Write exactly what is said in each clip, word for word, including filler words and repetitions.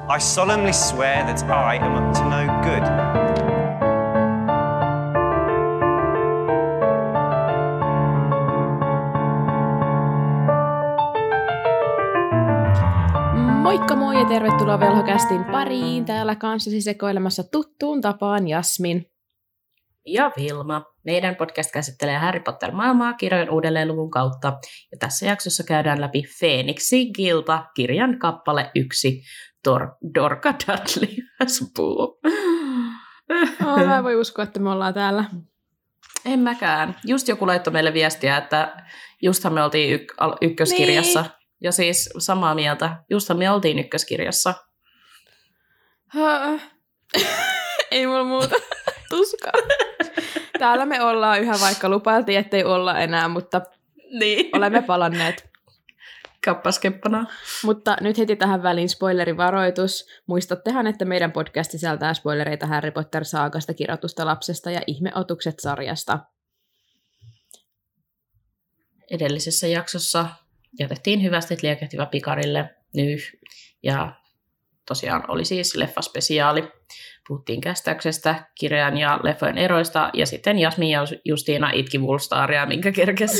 I solemnly swear that I am up to no good. Moikka moi ja tervetuloa Velhokästin pariin. Täällä kanssasi sekoilemassa tuttuun tapaan Jasmin. Ja Vilma. Meidän podcast käsittelee Harry Potter-maailmaa kirjojen uudelleenluvun kautta. Ja tässä jaksossa käydään läpi Phoenix-Sigilta kirjan kappale yksi. Dor- Dorka Dudley has boo. Oh, mä en voi uskoa, että me ollaan täällä. En mäkään. Just joku laittoi meille viestiä, että justhan me oltiin y- al- ykköskirjassa. Niin. Ja siis samaa mieltä. Justhan me oltiin ykköskirjassa. Ei mulla muuta tuskaa. Täällä me ollaan yhä, vaikka lupailtiin, ettei olla enää, mutta niin. Olemme palanneet. Kappaskeppana. Mutta nyt heti tähän väliin spoilerivaroitus. Muistattehan, että meidän podcast sisältää spoilereita Harry Potter-saagasta, Kirjoitusta lapsesta ja Ihmeotukset-sarjasta. Edellisessä jaksossa jätettiin hyvästit liekehtivä pikarille nyh. Ja tosiaan oli siis leffaspesiaali. Puhuttiin kästäyksestä, kirjan ja leffojen eroista, ja sitten Jasmin ja Justiina itki Woolstaria, minkä kerkesi.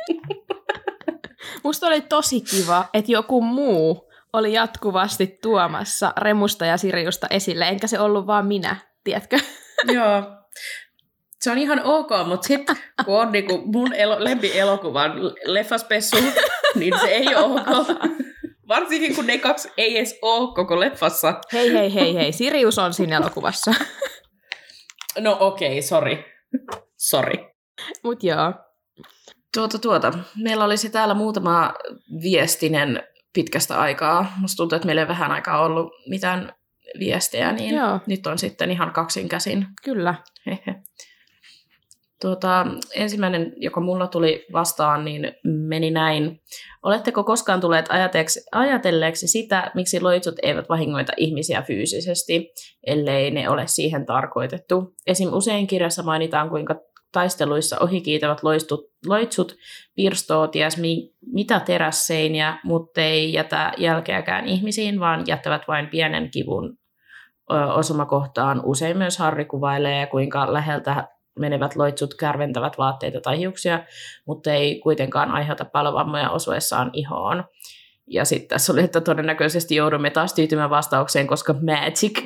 Musta oli tosi kiva, että joku muu oli jatkuvasti tuomassa Remusta ja Siriusta esille, enkä se ollut vaan minä, tiedätkö? Joo, se on ihan ok, mutta sitten kun on niinku mun elo- lempielokuvan leffaspessu, niin se ei ole ok. Varsinkin kun ne kaksi ei edes ole koko leffassa. Hei, hei, hei, hei. Sirius on siinä elokuvassa. No okei, okay, sori. Sori. Mut joo. Tuota, tuota. Meillä olisi täällä muutama viestinen pitkästä aikaa. Musta tuntuu, että meillä ei vähän aikaa ollut mitään viestejä, niin joo. Nyt on sitten ihan kaksin käsin. Kyllä. Hehe. Tuota, ensimmäinen, joka mulla tuli vastaan, niin meni näin. Oletteko koskaan tulleet ajatelleeksi sitä, miksi loitsut eivät vahingoita ihmisiä fyysisesti, ellei ne ole siihen tarkoitettu? Esim. Usein kirjassa mainitaan, kuinka taisteluissa ohikiitävät loistut, loitsut pirstoo ties mi, mitä terässeiniä, mutta ei jätä jälkeäkään ihmisiin, vaan jättävät vain pienen kivun ö, osumakohtaan. Usein myös Harry kuvailee, kuinka läheltä menevät loitsut kärventävät vaatteita tai hiuksia, mutta ei kuitenkaan aiheuta palovammoja osuessaan ihoon. Ja sitten tässä oli, että todennäköisesti joudumme taas tyytymään vastaukseen, koska magic.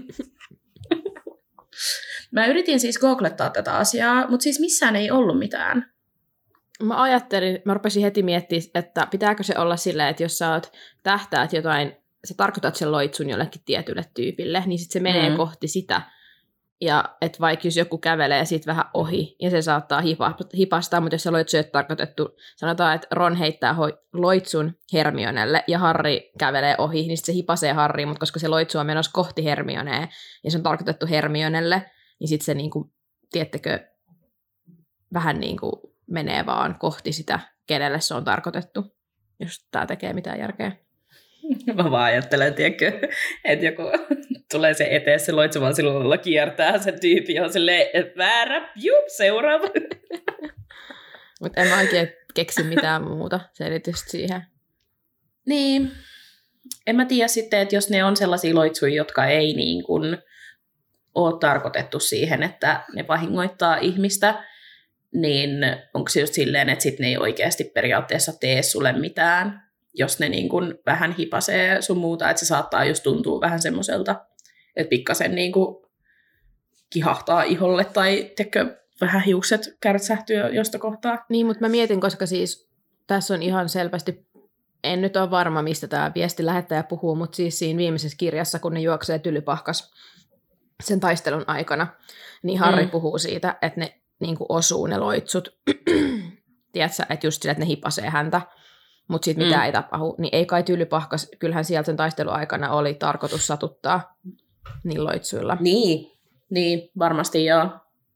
Mä yritin siis googlettaa tätä asiaa, mutta siis missään ei ollut mitään. Mä ajattelin, mä rupesin heti miettimään, että pitääkö se olla silleen, että jos sä oot tähtäät jotain, sä tarkoitat sen loitsun jollekin tietylle tyypille, niin sitten se menee mm. kohti sitä. Ja että vaikka jos joku kävelee siitä vähän ohi, ja se saattaa hipa, hipastaa, mutta jos se loitsu ei ole tarkoitettu, sanotaan, että Ron heittää ho- loitsun Hermionelle, ja Harry kävelee ohi, niin sitten se hipasee Harryin, mutta koska se loitsu on menossa kohti Hermionea, ja se on tarkoitettu Hermionelle, niin sitten se, niinku, tiedättekö, vähän niin kuin menee vaan kohti sitä, kenelle se on tarkoitettu, jos tämä tekee mitään järkeä. Mä vaan ajattelen, tiedätkö, että joku tulee se eteen, se loitsu vaan sillä lailla kiertää, se tyyppi on silleen, että väärä, jup, seuraava. Mutta en mä oikein keksi mitään muuta selitystä siihen. Niin, en mä tiedä sitten, että jos ne on sellaisia loitsuja, jotka ei niin kuin ole tarkoitettu siihen, että ne vahingoittaa ihmistä, niin onko se just silleen, että sitten ne ei oikeasti periaatteessa tee sulle mitään, jos ne niin kuin vähän hipasee sun muuta, että se saattaa just tuntua vähän semmoiselta, että pikkasen niin kuin kihahtaa iholle tai tekö vähän hiukset kärtsähtyy josta kohtaa. Niin, mutta mä mietin, koska siis tässä on ihan selvästi, en nyt ole varma, mistä tämä viesti lähettäjä puhuu, mutta siis siinä viimeisessä kirjassa, kun ne juoksee Tylypahkas sen taistelun aikana, niin Harry mm. puhuu siitä, että ne niin kuin osuu ne loitsut, tiedätkö, että just sillä, että ne hipasee häntä. Mutta sitten mitä mm. ei tapahdu, niin ei kai Tylypahkas, kyllähän sieltä sen taisteluaikana oli tarkoitus satuttaa niin loitsuilla. Niin, niin varmasti joo.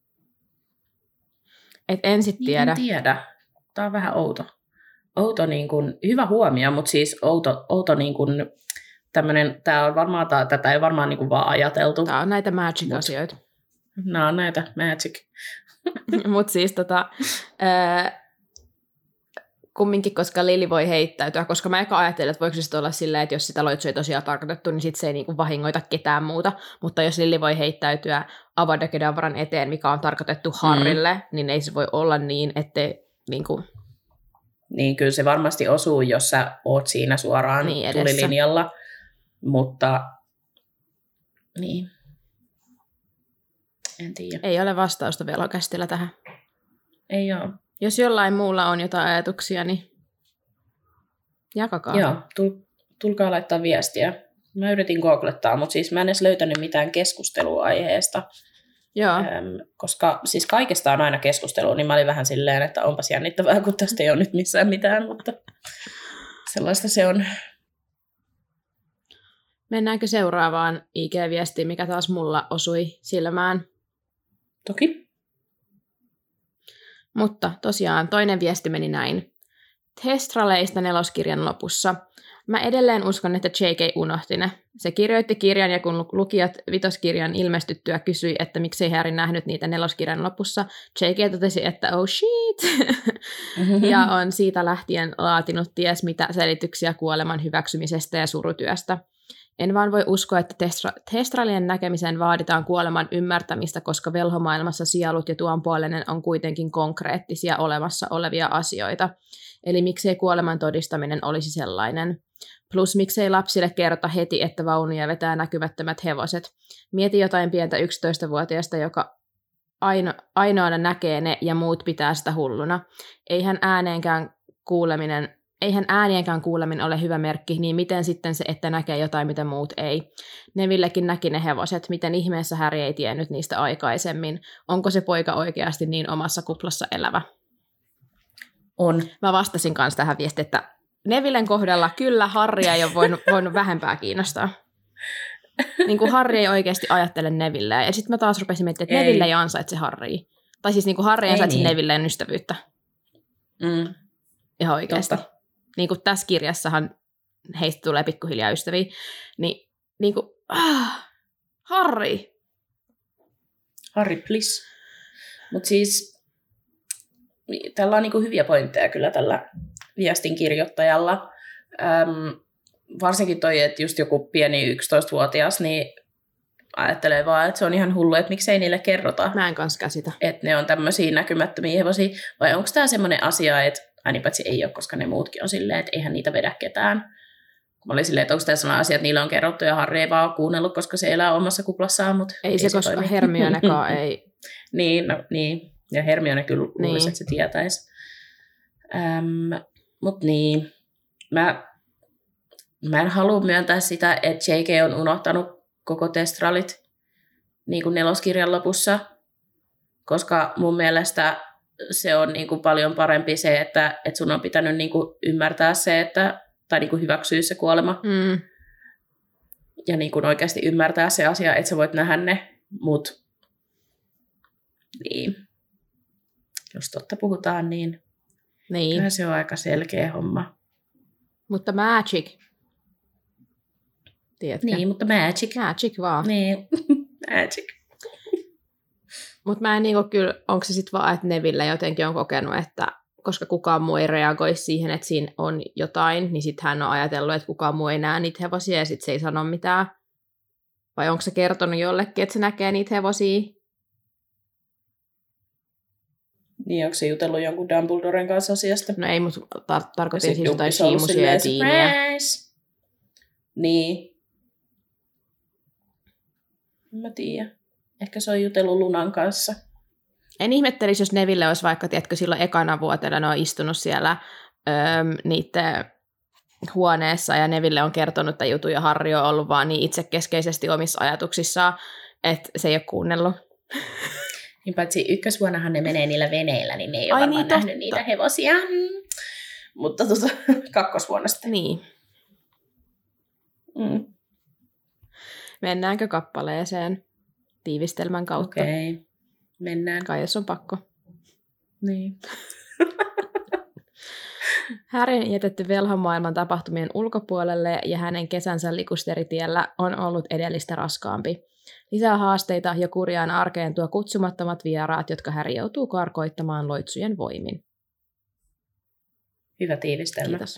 Et en sit tiedä. En tiedä. Tämä on vähän outo. Outo niin kun, hyvä huomio, mutta siis outo, outo niin kun, tämmönen, tää on varmaan, tää, tätä ei varmaan niin kun vaan ajateltu. Tämä on näitä magic-asioita. Nämä on näitä magic. Mutta siis tota... Ää, kumminkin, koska Lily voi heittäytyä, koska mä eka ajattelin, että voiko se olla silleen, että jos sitä loitsua ei tosiaan tarkoitettu, niin sit se ei niinku vahingoita ketään muuta. Mutta jos Lily voi heittäytyä Avada Kedavran eteen, mikä on tarkoitettu Harrylle, mm. niin ei se voi olla niin, ettei niinku... Niin, kyllä se varmasti osuu, jos sä oot siinä suoraan niin tulilinjalla, mutta niin, en tiedä. Ei ole vastausta Velokästillä tähän. Ei ole. Jos jollain muulla on jotain ajatuksia, niin jakakaa. Joo, tulkaa laittaa viestiä. Mä yritin googlettaa, mutta siis mä en edes löytänyt mitään keskustelua aiheesta. Joo. Ähm, koska siis kaikesta on aina keskustelua, niin mä olin vähän silleen, että onpas jännittävää, kun tästä ei ole nyt missään mitään, mutta sellaista se on. Mennäänkö seuraavaan I G-viestiin, mikä taas mulla osui silmään? Toki. Mutta tosiaan toinen viesti meni näin. Thestraleista neloskirjan lopussa. Mä edelleen uskon, että J K unohti ne. Se kirjoitti kirjan ja kun lukijat vitoskirjan ilmestyttyä kysyi, että miksei Harry nähnyt niitä neloskirjan lopussa, J K totesi, että oh shit! Mm-hmm. Ja on siitä lähtien laatinut ties mitä selityksiä kuoleman hyväksymisestä ja surutyöstä. En vaan voi uskoa, että testra- testralien näkemiseen vaaditaan kuoleman ymmärtämistä, koska velhomaailmassa sielut ja tuonpuolinen on kuitenkin konkreettisia olemassa olevia asioita. Eli miksei kuoleman todistaminen olisi sellainen. Plus miksei lapsille kerrota heti, että vaunuja vetää näkymättömät hevoset. Mieti jotain pientä yksitoistavuotiaasta, joka aino- ainoana näkee ne ja muut pitää sitä hulluna. Eihän ääneenkään kuuleminen... Eihän äänienkään kuuleminen ole hyvä merkki, niin miten sitten se, että näkee jotain, mitä muut ei? Nevillekin näki ne hevoset, miten ihmeessä Harry ei tiennyt niistä aikaisemmin. Onko se poika oikeasti niin omassa kuplassa elävä? On. Mä vastasin kanssa tähän viestiin, että Nevillen kohdalla kyllä Harry ei ole voinut, voinut vähempää kiinnostaa. Niin kuin Harry ei oikeasti ajattele Nevilleä. Ja sitten mä taas rupesin miettimään, että ei. Neville ei ansaitse Harrya. Tai siis niin kuin Harry ansaitse niin. Nevilleen ystävyyttä. Mm. Ihan oikeasti. Totta. Niin kuin tässä kirjassahan heistä tulee pikkuhiljaa ystäviä, niin, niin kuin, ah, Harry. Harry, please. Mutta siis, tällä on niin kuin hyviä pointteja kyllä tällä viestin kirjoittajalla. Öm, varsinkin toi, että just joku pieni yksitoistavuotias, niin ajattelee vaan, että se on ihan hullu, että miksei niille kerrota. Mä en kans käsitä. Että ne on tämmöisiä näkymättömiä hevosia. Vai onko tämä semmoinen asia, että aina paitsi ei ole, koska ne muutkin on silleen, että eihän niitä vedä ketään. Mä olin silleen, että onko tämä sellainen asia, että niillä on kerrottu ja Harry ei vaan ole kuunnellut, koska se elää omassa kuplassaan. Mutta ei, ei se, koska toimi. Hermionekaan ei. niin, no, niin, ja Hermione kyllä luulisi, niin. Että se tietäisi. Ähm, mutta niin, mä, mä en halua myöntää sitä, että J K on unohtanut koko Thestralit niin kuin neloskirjan lopussa, koska mun mielestä se on niin kuin paljon parempi se, että, että sun on pitänyt niin kuin ymmärtää se, että, tai niin kuin hyväksyä se kuolema. Mm. Ja niin kuin oikeasti ymmärtää se asia, että sä voit nähdä ne, mutta niin. Jos totta puhutaan, niin, niin. Kyllä se on aika selkeä homma. Mutta magic. Tiedätkö? Niin, mutta magic. Magic vaan. Niin, magic. Mutta mä en niinku kyllä, onko se sitten vaan, että Neville jotenkin on kokenut, että koska kukaan muu ei reagoi siihen, että siinä on jotain, niin sitten hän on ajatellut, että kukaan muu ei näe niitä hevosia ja sitten se ei sano mitään. Vai onko se kertonut jollekin, että se näkee niitä hevosia? Niin, onko se jutellut jonkun Dumbledoren kanssa asiasta? No ei, mutta tar- tarkoitin siis jotain Seamusia ja Deania. Niin. Mä tiedän. Ehkä se on jutellut Lunan kanssa. En ihmettelisi, jos Neville olisi vaikka, tiedätkö, silloin ekana vuotena ne on istunut siellä öö, niiden huoneessa ja Neville on kertonut tämän jutun ja Harry on ollut vaan niin itsekeskeisesti omissa ajatuksissaan, että se ei ole kuunnellut. Niin paitsi ykkösvuonnahan ne menee niillä veneillä, niin ne ei ole Ai varmaan niin, nähnyt niitä hevosia. Mutta tuota, kakkosvuonna sitten. Niin. Mm. Mennäänkö kappaleeseen tiivistelmän kautta? Okei, okay. Mennään. Kai jos on pakko. Niin. Harry on jätetty velhomaailman tapahtumien ulkopuolelle ja hänen kesänsä likusteritiellä on ollut edellistä raskaampi. Lisää haasteita ja kurjaan arkeen tuo kutsumattomat vieraat, jotka Harry joutuu karkoittamaan loitsujen voimin. Hyvä tiivistelmä. Kiitos.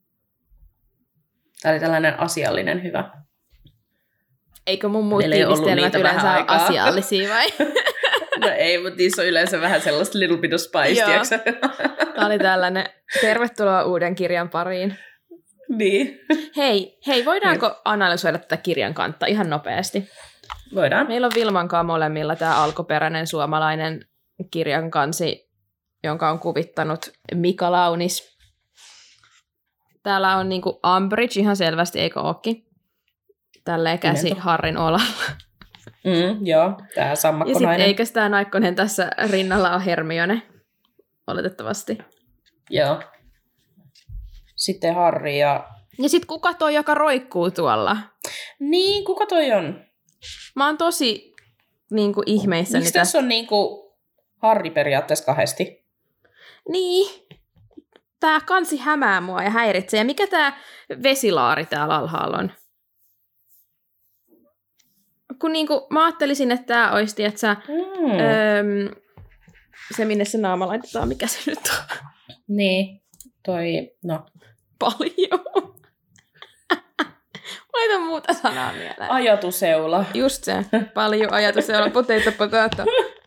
Tämä oli tällainen asiallinen hyvä. Eikö mun muut Meillä ei ollut tiivistelmät niitä yleensä vähän ole aikaa. asiallisia vai? No ei, mutta niissä on yleensä vähän sellaista little bit of spice, Joo. tiiäksä? Tämä oli tällainen, tervetuloa uuden kirjan pariin. Niin. Hei, hei, voidaanko analysoida tätä kirjan kantta ihan nopeasti? Voidaan. Meillä on Vilman kanssa molemmilla tämä alkuperäinen suomalainen kirjan kansi, jonka on kuvittanut Mika Launis. Täällä on niinku Umbridge ihan selvästi, eikö ookin? Tälleen käsi Pimento. Harrin olalla. Mm, joo, tämä Ja sitten sammakkonainen. eikö tämä Naikkonen tässä rinnalla ole Hermione? Oletettavasti. Joo. Sitten Harry ja... Ja sitten kuka toi, joka roikkuu tuolla? Niin, kuka toi on? Mä oon tosi niinku ihmeissäni Miksi tässä on niinku Harry periaatteessa kahdesti? Niin. Tää kansi hämää mua ja häiritsee. Ja mikä tää vesilaari täällä alhaalla on? Kun niinku, mä ajattelisin, että tää olisi, tiiätsä, Mm. öö, se minne se naama laitetaan, mikä se nyt on. Niin, toi, no. Paljon. Laita muuta sanaa mieleen. Ajatuseula. Just se. Paljon ajatus, se on potato potato.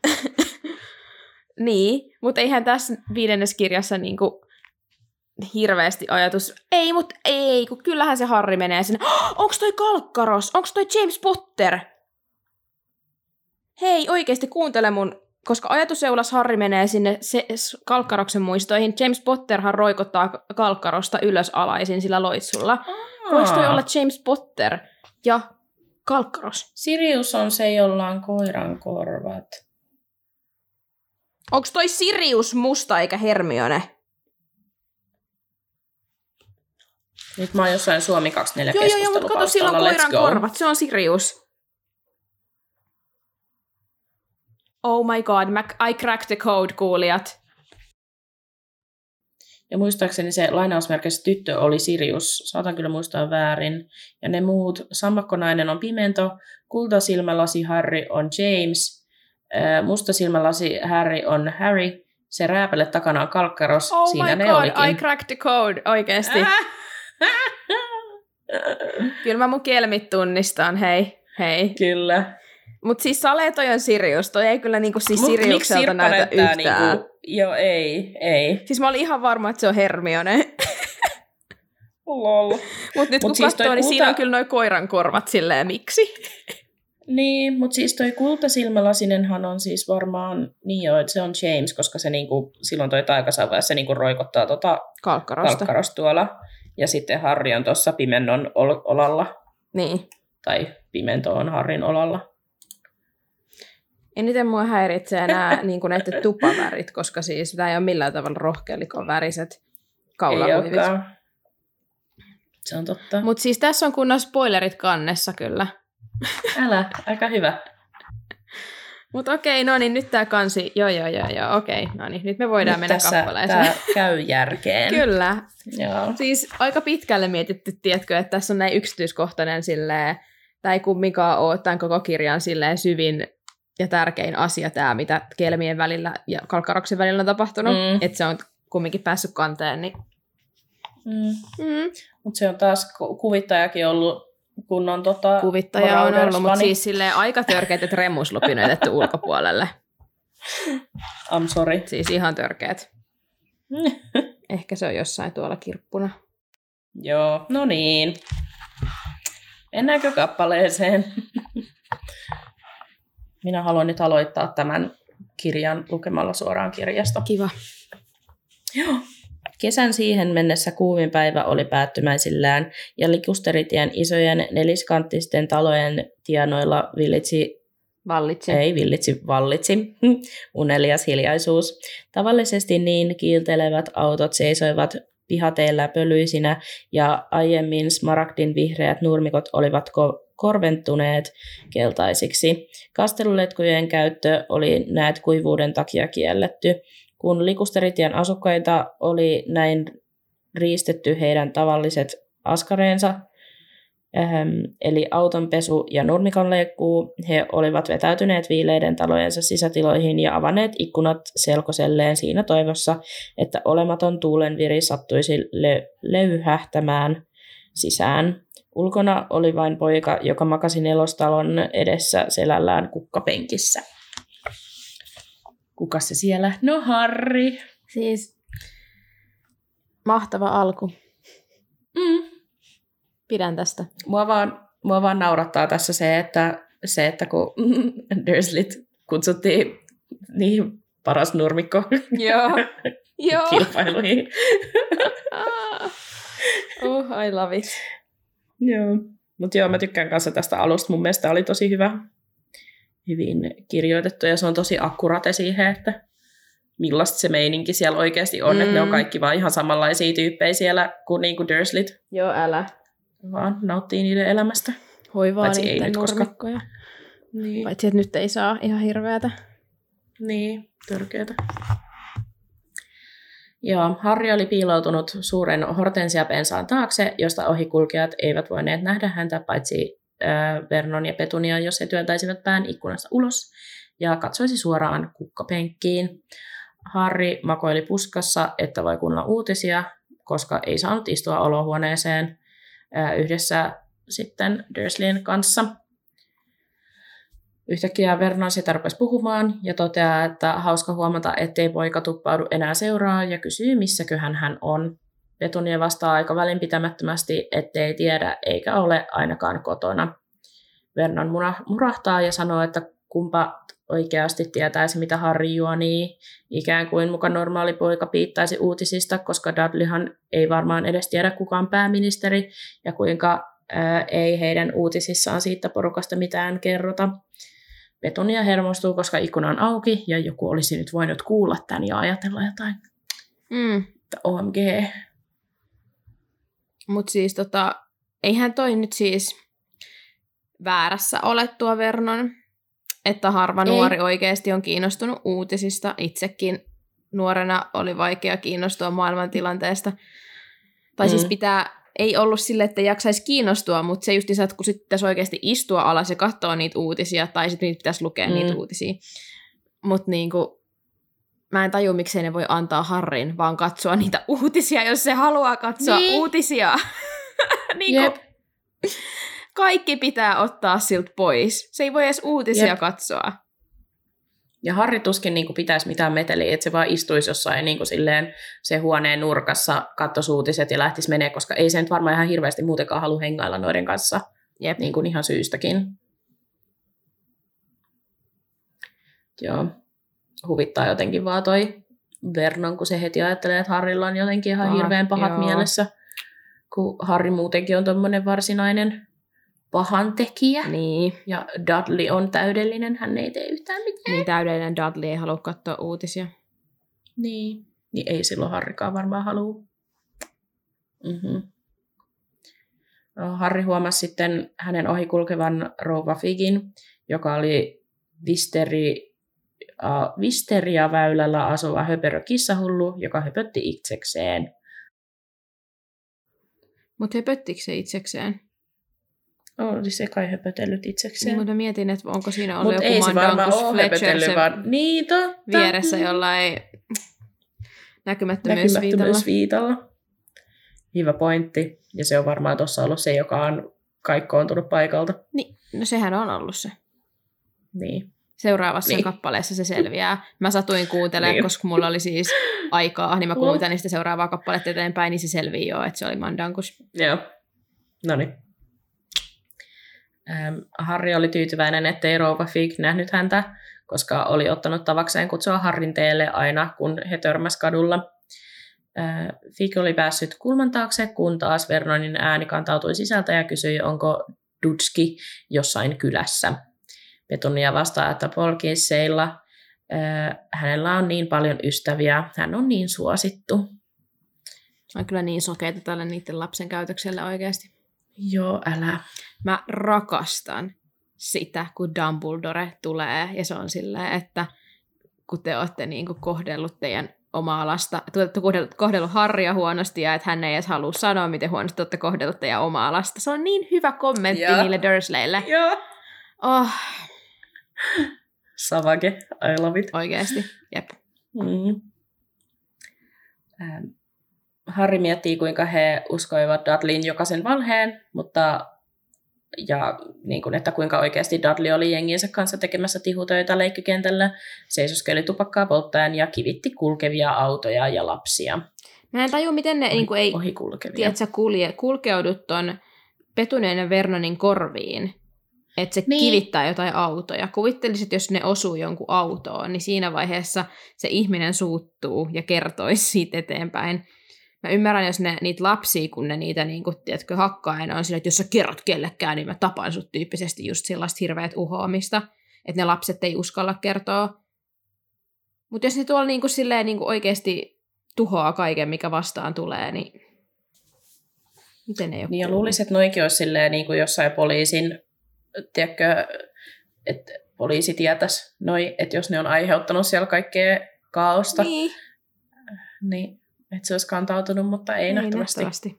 Niin, mutta eihän tässä viidennes kirjassa niinku hirveästi ajatus. Ei, mutta ei, kun kyllähän se Harry menee sinne. Oh, onks toi Kalkkaros? Onks toi James Potter? Hei, oikeesti kuuntele mun, koska ajatuseulas Harry menee sinne se, Kalkkaroksen muistoihin. James Potterhan roikottaa Kalkkarosta ylös alaisin sillä loitsulla. Voiko toi olla James Potter ja Kalkkaros? Sirius on se, jolla on koiran korvat. Onko toi Sirius musta eikä Hermione? Nyt mä oon jossain Suomi kaksikymmentäneljä Joo, joo, joo, mutta kato, sillä on koiran korvat. Se on Sirius. Oh my god, Mac- I cracked the code, kuulijat. Ja muistaakseni se lainausmerkissä tyttö oli Sirius. Saatan kyllä muistaa väärin. Ja ne muut, sammakkonainen on Pimento, kultasilmälasi Harry on James, mustasilmälasi Harry on Harry, se rääpele takana on Kalkkaros. Oh Siinä my ne god, olikin. I cracked the code, oikeesti. Kyllä mä mun kelmit tunnistan, hei, hei. Kyllä. Mut siis Sale toi on Sirius, toi ei kyllä niinku siis Mut miksi Siriukselta Sirpa näytä näyttää yhtään. Niinku, joo, ei, ei. Siis mä olin ihan varma, että se on Hermione. Lol. Mut nyt Mut kun siis toi katsoo, niin kulta- siinä on kyllä noi koiran korvat silleen, miksi? Niin, mutta siis toi kultasilmälasinenhan on siis varmaan, niin joo, että se on James, koska se niinku, silloin toi taikasauva ja se niinku roikottaa tota Kalkkarosta. Kalkkarosta tuolla. Ja sitten Harry on tuossa Pimennon ol- olalla, Niin. tai Pimento on Harryn olalla. Eniten mua häiritsee nämä niin näiden tupavärit, koska siis tämä ei ole millään tavalla rohkealikon väriset Ei kaulahuivit. olekaan. Se on totta. Mutta siis tässä on kunnon spoilerit kannessa kyllä. Älä, aika hyvä. Mutta okei, no niin, nyt tämä kansi, joo joo joo joo, okei, no niin, nyt me voidaan Nyt mennä tässä kappaleeseen. tää käy järkeen. Kyllä. Joo. Siis aika pitkälle mietitty, tiedätkö, että tässä on näin yksityiskohtainen silleen, tämä ei kumminkaan ole tämän koko kirjan silleen syvin ja tärkein asia tämä, mitä kelmien välillä ja Kalkkaroksen välillä on tapahtunut, Mm. että se on kumminkin päässyt kanteen, niin Mm. mm. Mutta se on taas ku- kuvittajakin ollut kunnon tota, kuvittaja on ollut, mutta Marauders-fani. siis silleen aika törkeät, että Remuslupi on jätetty ulkopuolelle. I'm sorry. Siis ihan törkeät. Ehkä se on jossain tuolla kirppuna. Joo, no niin. Mennäänkö kappaleeseen? Minä haluan nyt aloittaa tämän kirjan lukemalla suoraan kirjasta. Kiva. Joo. Kesän siihen mennessä kuumin päivä oli päättymäisillään, ja Likusteritien isojen neliskanttisten talojen tienoilla villitsi, Vallitsi. ei villitsi, vallitsi, unelias hiljaisuus. Tavallisesti niin kiiltelevät autot seisoivat pihateillä pölyisinä, ja aiemmin smaragdin vihreät nurmikot olivat ko- korventuneet keltaisiksi. Kasteluletkujen käyttö oli näet kuivuuden takia kielletty. Kun Likusteritien asukkaita oli näin riistetty heidän tavalliset askareensa, Ähm, eli autonpesu ja nurmikonleikkuu. He olivat vetäytyneet viileiden talojensa sisätiloihin ja avanneet ikkunat selkoselleen siinä toivossa, että olematon tuulenviri sattuisi le- löyhähtämään sisään. Ulkona oli vain poika, joka makasi nelostalon edessä selällään kukkapenkissä. Kukas se siellä? No Harri. Siis mahtava alku. Mm. Pidän tästä. Mua vaan, mua vaan naurattaa tässä se, että, se, että kun Dursleyt kutsuttiin niin paras nurmikko Joo. Joo. kilpailuihin. Oh, I love it. Joo. Mutta joo, mä tykkään kanssa tästä alusta. Mun mielestä oli tosi hyvä. Hyvin kirjoitettu ja se on tosi akkurate siihen, että millaista se meininki siellä oikeasti on. Mm. Että ne on kaikki vaan ihan samanlaisia tyyppejä siellä kuin niinku Dursleyt. Joo, älä. Vaan nauttii niiden elämästä. Hoivaa Paitsi niiden ei nyt, koska- nurmikkoja. Niin, Paitsi, että nyt ei saa ihan hirveätä. niin törkeätä. Joo, Harry oli piiloutunut suuren hortensiapensaan taakse, josta ohikulkijat eivät voineet nähdä häntä, paitsi äh, Vernon ja Petunia, jos he työntäisivät pään ikkunasta ulos, ja katsoisi suoraan kukkapenkkiin. Harry makoili puskassa, että voi kuunnella uutisia, koska ei saanut istua olohuoneeseen äh, yhdessä sitten Dursleyn kanssa. Yhtäkkiä Vernon sitä rupesi puhumaan ja toteaa, että hauska huomata, ettei poika tuppaudu enää seuraa ja kysyy, missäköhän hän on. Petunia vastaa aika välinpitämättömästi, ettei tiedä eikä ole ainakaan kotona. Vernon murahtaa ja sanoo, että kumpa oikeasti tietäisi, mitä Harry juonii. Ikään kuin muka normaali poika piittaisi uutisista, koska Dudleyhan ei varmaan edes tiedä kukaan pääministeri ja kuinka ää, ei heidän uutisissaan siitä porukasta mitään kerrota. Petunia hermostuu, koska ikkuna on auki ja joku olisi nyt voinut kuulla tämän ja ajatella jotain. Mm. O M G. Mutta siis tota, eihän toi nyt siis väärässä ole tuo Vernon, että harva Ei. nuori oikeasti on kiinnostunut uutisista. Itsekin nuorena oli vaikea kiinnostua maailmantilanteesta. Tai mm. siis pitää, ei ollut sille, että jaksaisi kiinnostua, mutta se just isä, että kun sitten pitäisi oikeasti istua alas ja katsoa niitä uutisia, tai sitten niitä pitäisi lukea mm. niitä uutisia. Mutta niinku, mä en tajua, miksei ne voi antaa Harryn, vaan katsoa niitä uutisia, jos se haluaa katsoa niin. uutisia. niinku, kaikki pitää ottaa siltä pois. Se ei voi edes uutisia Jep. katsoa. Ja Harry tuskin niin kuin pitäisi mitään meteliä, että se vaan istuisi jossain niin kuin silleen se huoneen nurkassa, katsoisi uutiset ja lähtisi menee, koska ei se nyt varmaan ihan hirveästi muutenkaan halua hengailla noiden kanssa. Jep. Niin kuin ihan syystäkin. Joo. Huvittaa jotenkin vaan toi Vernon, kun se heti ajattelee, että Harrylla on jotenkin ihan Pahat, hirveän pahat joo. mielessä, kun Harry muutenkin on tommonen varsinainen pahantekijä. Niin. Ja Dudley on täydellinen, hän ei tee yhtään mitään. Niin täydellinen Dudley ei halua katsoa uutisia. Niin. Niin ei silloin Harrykaan varmaan halua. Mm-hmm. No, Harry huomasi sitten hänen ohikulkevan rouva Figin, joka oli Visteri, uh, Visteria-väylällä asuva höperö kissahullu, joka höpötti itsekseen. Mutta höpöttikö se itsekseen? Oli se kai höpötellyt itsekseen. Niin, mutta mietin, että onko siinä ollut Mut joku Mandangus Fletcher sen vaan niin, totta. vieressä jollain näkymättömyysviitalla. näkymättömyysviitalla. Hyvä pointti. Ja se on varmaan tuossa ollut se, joka on kaikkoontunut paikalta. Niin, no sehän on ollut se. Niin. Seuraavassa niin. kappaleessa se selviää. Mä satuin kuuntelemaan, niin. koska mulla oli siis aikaa, niin mä kuuntelin sitä seuraavaa kappaletta eteenpäin, niin se selvii jo, että se oli Mandangus. Joo. Noniin. Ähm, Harry oli tyytyväinen, ettei rouva Fig nähnyt häntä, koska oli ottanut tavakseen kutsua Harryn teelle aina, kun he törmäs kadulla. Äh, Fig oli päässyt kulman taakse, kun taas Vernonin ääni kantautui sisältä ja kysyi, onko Dudski jossain kylässä. Petunia vastaa, että Polkinseilla äh, hänellä on niin paljon ystäviä, hän on niin suosittu. On kyllä niin sokeita tälle niiden lapsen käytökselle oikeasti. Joo, älä. Mä rakastan sitä, kun Dumbledore tulee ja se on silleen, että kun te olette niinku kohdellut teidän omaa lasta, että olette kohdellut, kohdellut Harrya huonosti ja että hän ei edes halua sanoa, miten huonosti olette kohdellut teidän omaa lasta. Se on niin hyvä kommentti ja. niille Dursleylle. Joo. Oh. Savage, I love it. Oikeesti, jep. Mm. Ähm. Harry miettii, kuinka he uskoivat Dudleyn jokaisen valheen, mutta ja niin kuin, että kuinka oikeasti Dudley oli jengiensä kanssa tekemässä tihutöitä leikkikentällä, seisoskeli tupakkaa polttaen ja kivitti kulkevia autoja ja lapsia. Mä en tajua, miten ne ohi, niin kuin ei tiedätkö, kulje, kulkeudut ton Petunien ja Vernonin korviin, että se niin. kivittää jotain autoja. Kuvittelisit, jos ne osuu jonkun autoon, niin siinä vaiheessa se ihminen suuttuu ja kertoisi siitä eteenpäin. Mä ymmärrän, jos ne, niitä lapsia, kun ne niitä niin kun, tiedätkö, hakkaa, ja ne on sillä, että jos sä kerrot kellekään, niin mä tapan sut tyyppisesti just sellaista hirveät uhoamista, että ne lapset ei uskalla kertoa. Mutta jos ne tuolla niin kun, silleen, niin kun oikeasti tuhoaa kaiken, mikä vastaan tulee, niin miten ei ole niin ja luulisin, että noikin olisi silleen, niin kuin jossain poliisin, tiedätkö, että poliisi tietäisi, noi, että jos ne on aiheuttanut siellä kaikkea kaaosta, niin, niin että se olisi kantautunut, mutta ei, ei nähtävästi. nähtävästi.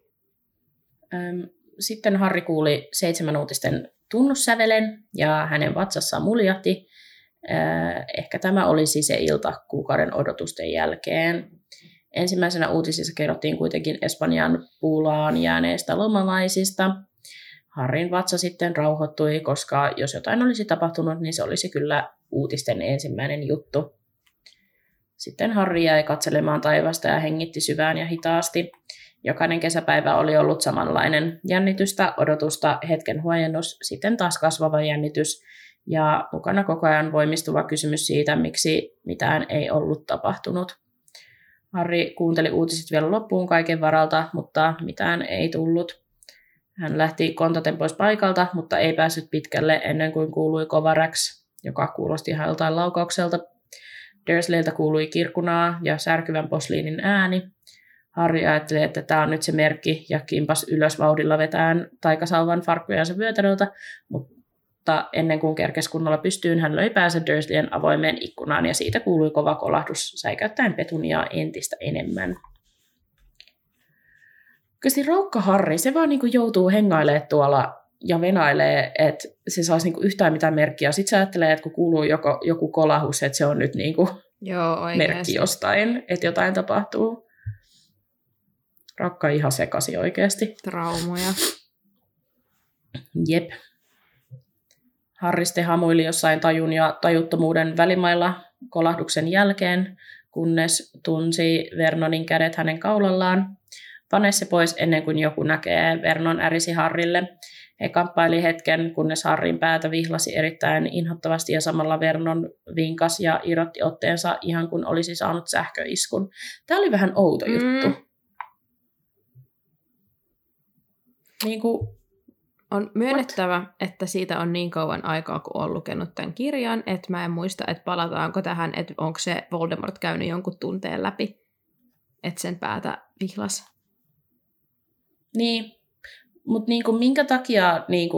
Sitten Harry kuuli seitsemän uutisten tunnussävelen ja hänen vatsassaan muljahti. Ehkä tämä olisi se ilta kuukauden odotusten jälkeen. Ensimmäisenä uutisissa kerrottiin kuitenkin Espanjan puulaan jääneistä lomalaisista. Harryn vatsa sitten rauhoittui, koska jos jotain olisi tapahtunut, niin se olisi kyllä uutisten ensimmäinen juttu. Sitten Harry jäi katselemaan taivasta ja hengitti syvään ja hitaasti. Jokainen kesäpäivä oli ollut samanlainen. Jännitystä, odotusta, hetken huojennus, sitten taas kasvava jännitys ja mukana koko ajan voimistuva kysymys siitä, miksi mitään ei ollut tapahtunut. Harry kuunteli uutiset vielä loppuun kaiken varalta, mutta mitään ei tullut. Hän lähti kontaten pois paikalta, mutta ei päässyt pitkälle ennen kuin kuului kova räks, joka kuulosti ihan joltain laukaukselta. Dursleyltä kuului kirkunaa ja särkyvän posliinin ääni. Harry ajatteli, että tämä on nyt se merkki ja kimpas ylös vauhdilla vetään taikasauvan farkkujansa vyötäröltä, mutta ennen kuin kerkesi kunnolla pystyyn, hän löi päänsä Dursleyn avoimeen ikkunaan ja siitä kuului kova kolahdus säikäyttäen Petuniaa entistä enemmän. Kyllä roukka Harry, se vaan niinku joutuu hengailemaan tuolla ja venailee, että se saisi niinku yhtään mitään merkkiä. Sitten se ajattelee, että kun kuuluu joku, joku kolahus, että se on nyt niinku Joo, merkki jostain, että jotain tapahtuu. Rakka ihan sekasi oikeasti. Traumoja. Jep. Harry sitten hamuili jossain tajun ja tajuttomuuden välimailla kolahduksen jälkeen, kunnes tunsi Vernonin kädet hänen kaulallaan. Pane se pois ennen kuin joku näkee, Vernon ärisi Harrylle. He kamppaili hetken, kunnes Harryn päätä vihlasi erittäin inhottavasti ja samalla Vernon vinkas ja irrotti otteensa ihan kuin olisi saanut sähköiskun. Tämä oli vähän outo juttu. Mm. Niin kuin, on myönnettävä, what? Että siitä on niin kauan aikaa, kun olen lukenut tämän kirjan, että mä en muista, että palataanko tähän, että onko se Voldemort käynyt jonkun tunteen läpi, että sen päätä vihlas. Niin, mutta niinku, minkä takia niinku,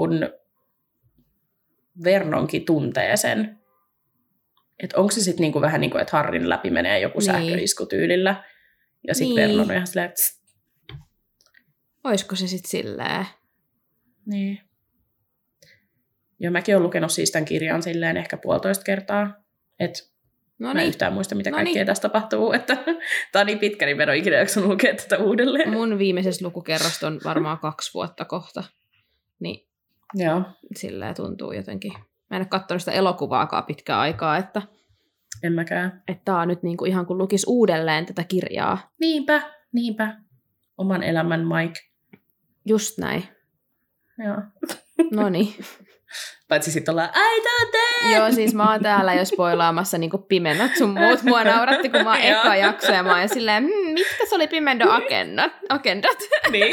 Vernonkin tuntee sen? Että onko se sitten niinku, vähän niin kuin, että Harryn läpi menee joku niin. sähköiskutyylillä, ja sitten niin. Vernon on ihan silleen, että olisiko se sitten silleen? Niin. Joo, mäkin olen lukenut siis tämän kirjan silleen ehkä puolitoista kertaa. Että no mä en yhtään muista, mitä no kaikkea niin. tässä tapahtuu. Että tämä on niin pitkä, niin mä en ole ikinä jaksanut lukea tätä uudelleen. Mun viimeisessä lukukerrosta on varmaan kaksi vuotta kohta. Niin Joo. silleen tuntuu jotenkin. Mä en ole katsonut sitä elokuvaakaan pitkään aikaa, että en mäkään. Että tää on nyt niinku ihan kuin lukisi uudelleen tätä kirjaa. Niinpä, niinpä. Oman elämän Mike. Just näin. Joo. Noniin. Paitsi sitten ollaan, I don't dare! Joo, siis mä oon täällä jo spoilaamassa niinku pimennot sun muut. Mua nauratti, kun mä oon eka jakso ja mä oon silleen, mmm, mitkä se oli Pimendon agendat? agendat? Niin.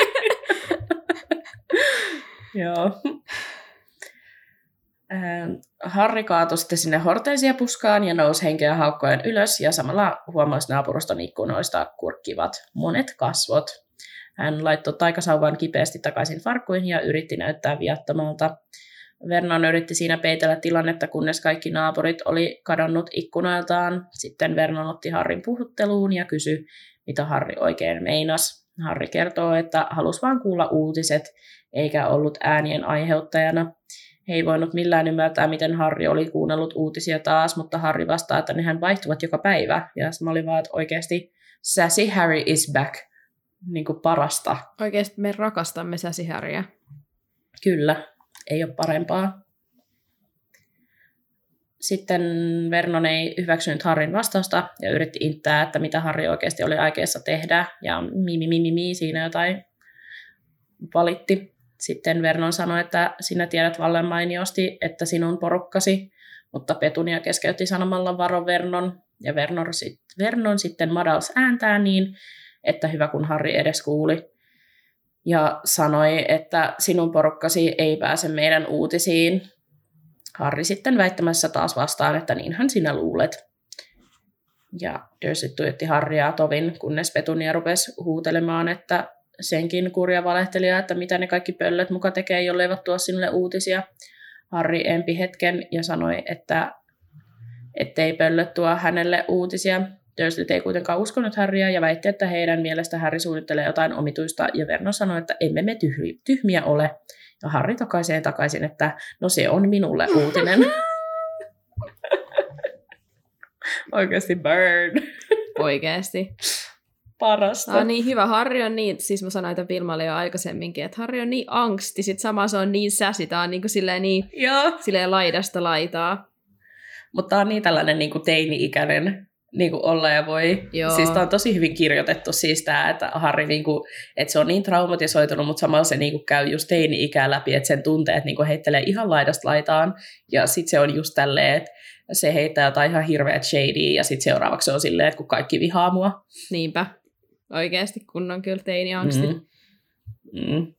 Joo. Harry kaatui sitten sinne hortensiapuskaan ja nousi henkeä haukkojen ylös ja samalla huomasi naapuruston ikkunoista kurkkivat monet kasvot. Hän laittoi taikasauvan kipeästi takaisin farkkuihin ja yritti näyttää viattomalta. Vernon yritti siinä peitellä tilannetta, kunnes kaikki naapurit oli kadonnut ikkunoiltaan. Sitten Vernon otti Harryn puhutteluun ja kysyi, mitä Harry oikein meinasi. Harry kertoo, että halusi vain kuulla uutiset, eikä ollut äänien aiheuttajana. He ei voinut millään ymmärtää, miten Harry oli kuunnellut uutisia taas, mutta Harry vastaa, että nehän vaihtuvat joka päivä. Ja mä olin vaan, että oikeasti Sassy Harry is back. Niin kuin parasta. Oikeasti me rakastamme Sassy Harryä. Kyllä, ei ole parempaa. Sitten Vernon ei hyväksynyt Harryn vastausta ja yritti inttää, että mitä Harry oikeasti oli aikeessa tehdä. Ja mi, mi, mi, mi, mi siinä jotain valitti. Sitten Vernon sanoi, että sinä tiedät vallan mainiosti, että sinun porukkasi, mutta Petunia keskeytti sanomalla varo Vernon. Ja Vernon, sit, Vernon sitten madalsi ääntään niin, että hyvä kun Harry edes kuuli. Ja sanoi, että sinun porukkasi ei pääse meidän uutisiin. Harry sitten väittämässä taas vastaan, että niinhän sinä luulet. Ja Dursley tuijotti Harrya tovin, kunnes Petunia rupesi huutelemaan, että senkin kurja valehtelija, että mitä ne kaikki pöllöt muka tekee, jolleivät tuo sinulle uutisia. Harry empi hetken ja sanoi, että ettei pöllöt tuo hänelle uutisia. Dursley ei kuitenkaan uskonut Harryä ja väitti, että heidän mielestä Harry suunnittelee jotain omituista, ja Vernon sanoi, että emme me tyhmi, tyhmiä ole. Ja Harry tokaisee takaisin, että no se on minulle uutinen. Oikeasti burn. Oikeasti. Parasta. Tämä on niin hyvä. Harry on niin, siis mä sanoin tämän Vilmalle jo aikaisemminkin, että Harry on niin angsti, sit sama se on niin säsi, tää on niin kuin silleen, niin, silleen laidasta laitaa. Mutta tää on niin tällainen niin kuin teini-ikäinen niin kuin olla ja voi. Joo. Siis tää on tosi hyvin kirjoitettu siis tää, että Harry niin kuin, että se on niin traumatisoitunut, mutta samalla se niin kuin käy just teini-ikää läpi, että sen tunteet niin kuin heittelee ihan laidasta laitaan ja sit se on just tälleen, että se heittää jotain ihan hirveät shadyä ja sit seuraavaksi se on silleen, että kun kaikki vihaa mua. Niinpä. Oikeasti kunnon kyllä teini-angsti. Mm. Mm.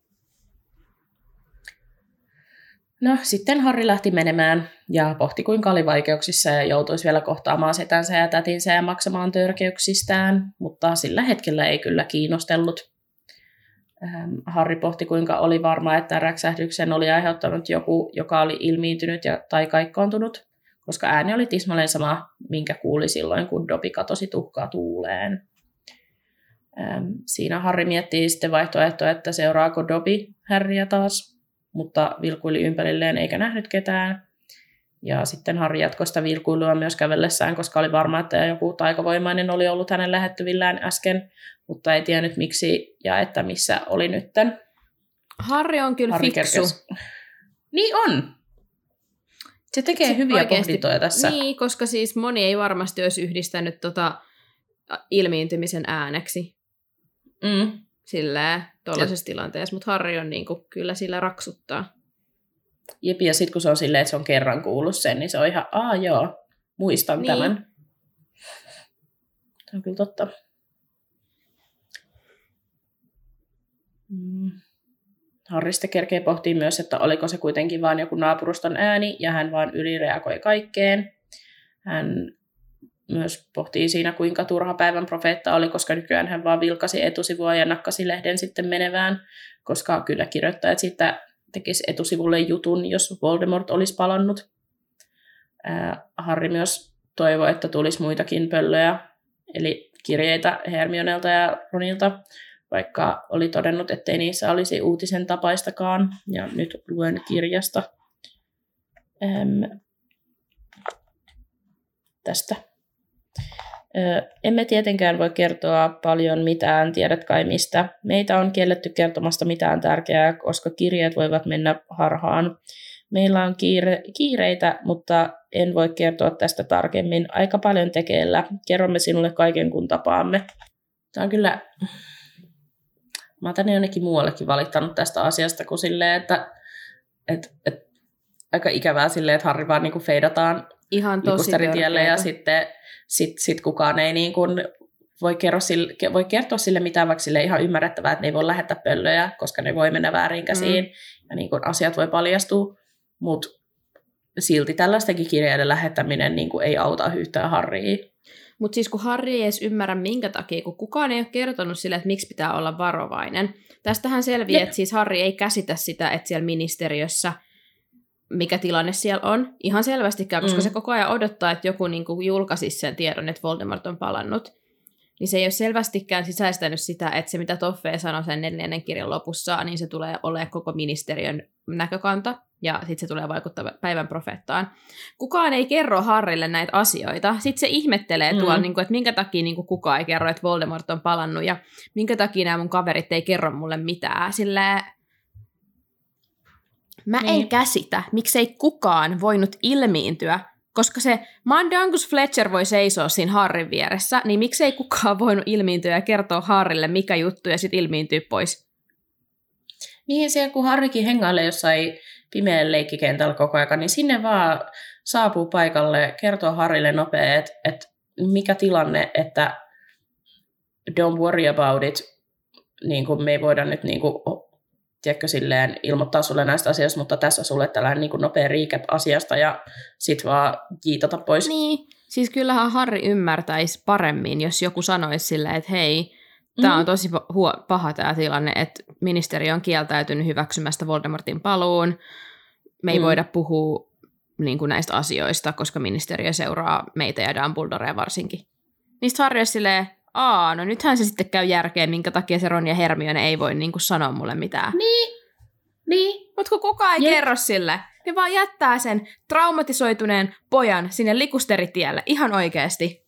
No, sitten Harry lähti menemään ja pohti, kuinka oli vaikeuksissa ja joutuisi vielä kohtaamaan setänsä ja tätinsä ja maksamaan törkeyksistään, mutta sillä hetkellä ei kyllä kiinnostellut. Ähm, Harry pohti, kuinka oli varma, että räksähdyksen oli aiheuttanut joku, joka oli ilmiintynyt ja, tai kaikkoontunut, koska ääni oli tismalleen sama, minkä kuuli silloin, kun Dobby katosi tuhkaa tuuleen. Ähm, siinä Harry miettii sitten vaihtoehtoa, että seuraako Dobby Harryä taas, mutta vilkuili ympärilleen eikä nähnyt ketään. Ja sitten Harry jatkoi sitä vilkuilua myös kävellessään, koska oli varma, että joku taikavoimainen oli ollut hänen lähettyvillään äsken, mutta ei tiennyt miksi ja että missä oli nytten. Harry on kyllä Harry fiksu. Kerkes. Niin on. Se tekee se hyviä oikeasti pohdintoja tässä. Niin, koska siis moni ei varmasti olisi yhdistänyt tota ilmiintymisen ääneksi. Mm. Silleen tuollaisessa tilanteessa, mutta Harry on niinku, kyllä sillä raksuttaa. Jep, ja sitten kun se on silleen, että se on kerran kuullut sen, niin se on ihan, aa joo, muistan niin. Tämän. Se on kyllä totta. Mm. Harry sitten kerkee pohtii myös, että oliko se kuitenkin vain joku naapuruston ääni, ja hän vaan ylireagoi kaikkeen. Hän myös pohtii siinä, kuinka turha päivän profeetta oli, koska nykyään hän vaan vilkasi etusivua ja nakkasi lehden sitten menevään, koska kyllä kirjoittajat siitä tekisi etusivulle jutun, jos Voldemort olisi palannut. Ää, Harry myös toivoi, että tulisi muitakin pöllöjä, eli kirjeitä Hermionelta ja Ronilta, vaikka oli todennut, ettei niissä olisi uutisen tapaistakaan. Ja nyt luen kirjasta äm, tästä. Emme tietenkään voi kertoa paljon mitään, tiedät kai mistä. Meitä on kielletty kertomasta mitään tärkeää, koska kirjeet voivat mennä harhaan. Meillä on kiire, kiireitä, mutta en voi kertoa tästä tarkemmin. Aika paljon tekeillä. Kerromme sinulle kaiken, kun tapaamme. Tämä on kyllä... Mä oon tänne jonnekin muuallekin valittanut tästä asiasta, kun silleen, että et, et, aika ikävää silleen, että Harry vaan niinku feidataan ihan tosi Lipustaritielle ja sitten sit, sit kukaan ei niinku voi, sille, voi kertoa sille mitään, vaikka sille ihan ymmärrettävää, että ne ei voi lähettää pöllöjä, koska ne voi mennä väärin käsiin mm. ja niinku asiat voi paljastua, mutta silti tällaistenkin kirjeiden lähettäminen niinku ei auta yhtään Harrya. Mutta siis kun Harry ei edes ymmärrä minkä takia, kun kukaan ei ole kertonut sille, että miksi pitää olla varovainen. Tästähän selviää, että siis Harry ei käsitä sitä, että siellä ministeriössä mikä tilanne siellä on ihan selvästikään, koska Mm. se koko ajan odottaa, että joku niin kuin julkaisisi sen tiedon, että Voldemort on palannut. Niin se ei ole selvästikään sisäistänyt sitä, että se mitä Toffee sanoi sen neljännen kirjan lopussa, niin se tulee olemaan koko ministeriön näkökanta, ja sitten se tulee vaikuttaa päivän profeettaan. Kukaan ei kerro Harrylle näitä asioita. Sitten se ihmettelee mm. tuolla, niin kuin, että minkä takia niin kuin kukaan ei kerro, että Voldemort on palannut, ja minkä takia nämä mun kaverit ei kerro mulle mitään. Silleen, mä en niin. käsitä, miksei kukaan voinut ilmiintyä, koska se Mandangus Fletcher voi seisoa siinä Harryn vieressä, niin miksei kukaan voinut ilmiintyä ja kertoa Harrylle mikä juttu ja sitten ilmiintyä pois. Niin, siellä kun Harrykin hengailee jossain pimeän leikkikentällä koko ajan, niin sinne vaan saapuu paikalle, kertoo Harrylle nopea, että et mikä tilanne, että don't worry about it, niin kuin me ei voida nyt niin kuin, tiedätkö, silleen, ilmoittaa sulle näistä asioista, mutta tässä sulle tällainen niin kuin nopea recap asiasta ja sit vaan jiitata pois. Niin, siis kyllähän Harry ymmärtäisi paremmin, jos joku sanoisi silleen, että hei, tämä on tosi huo- paha tämä tilanne, että ministeri on kieltäytynyt hyväksymästä Voldemortin paluun. Me ei mm. voida puhua niin kuin näistä asioista, koska ministeriö seuraa meitä ja Dumbledorea varsinkin. Niistä Harry on silleen, aa, no nythän se sitten käy järkeen, minkä takia se Ron ja Hermione ei voi niin kuin sanoa mulle mitään. Niin, niin. Mutta kun kukaan ei Jep. kerro sille, ne vaan jättää sen traumatisoituneen pojan sinne likusteritielle ihan oikeasti.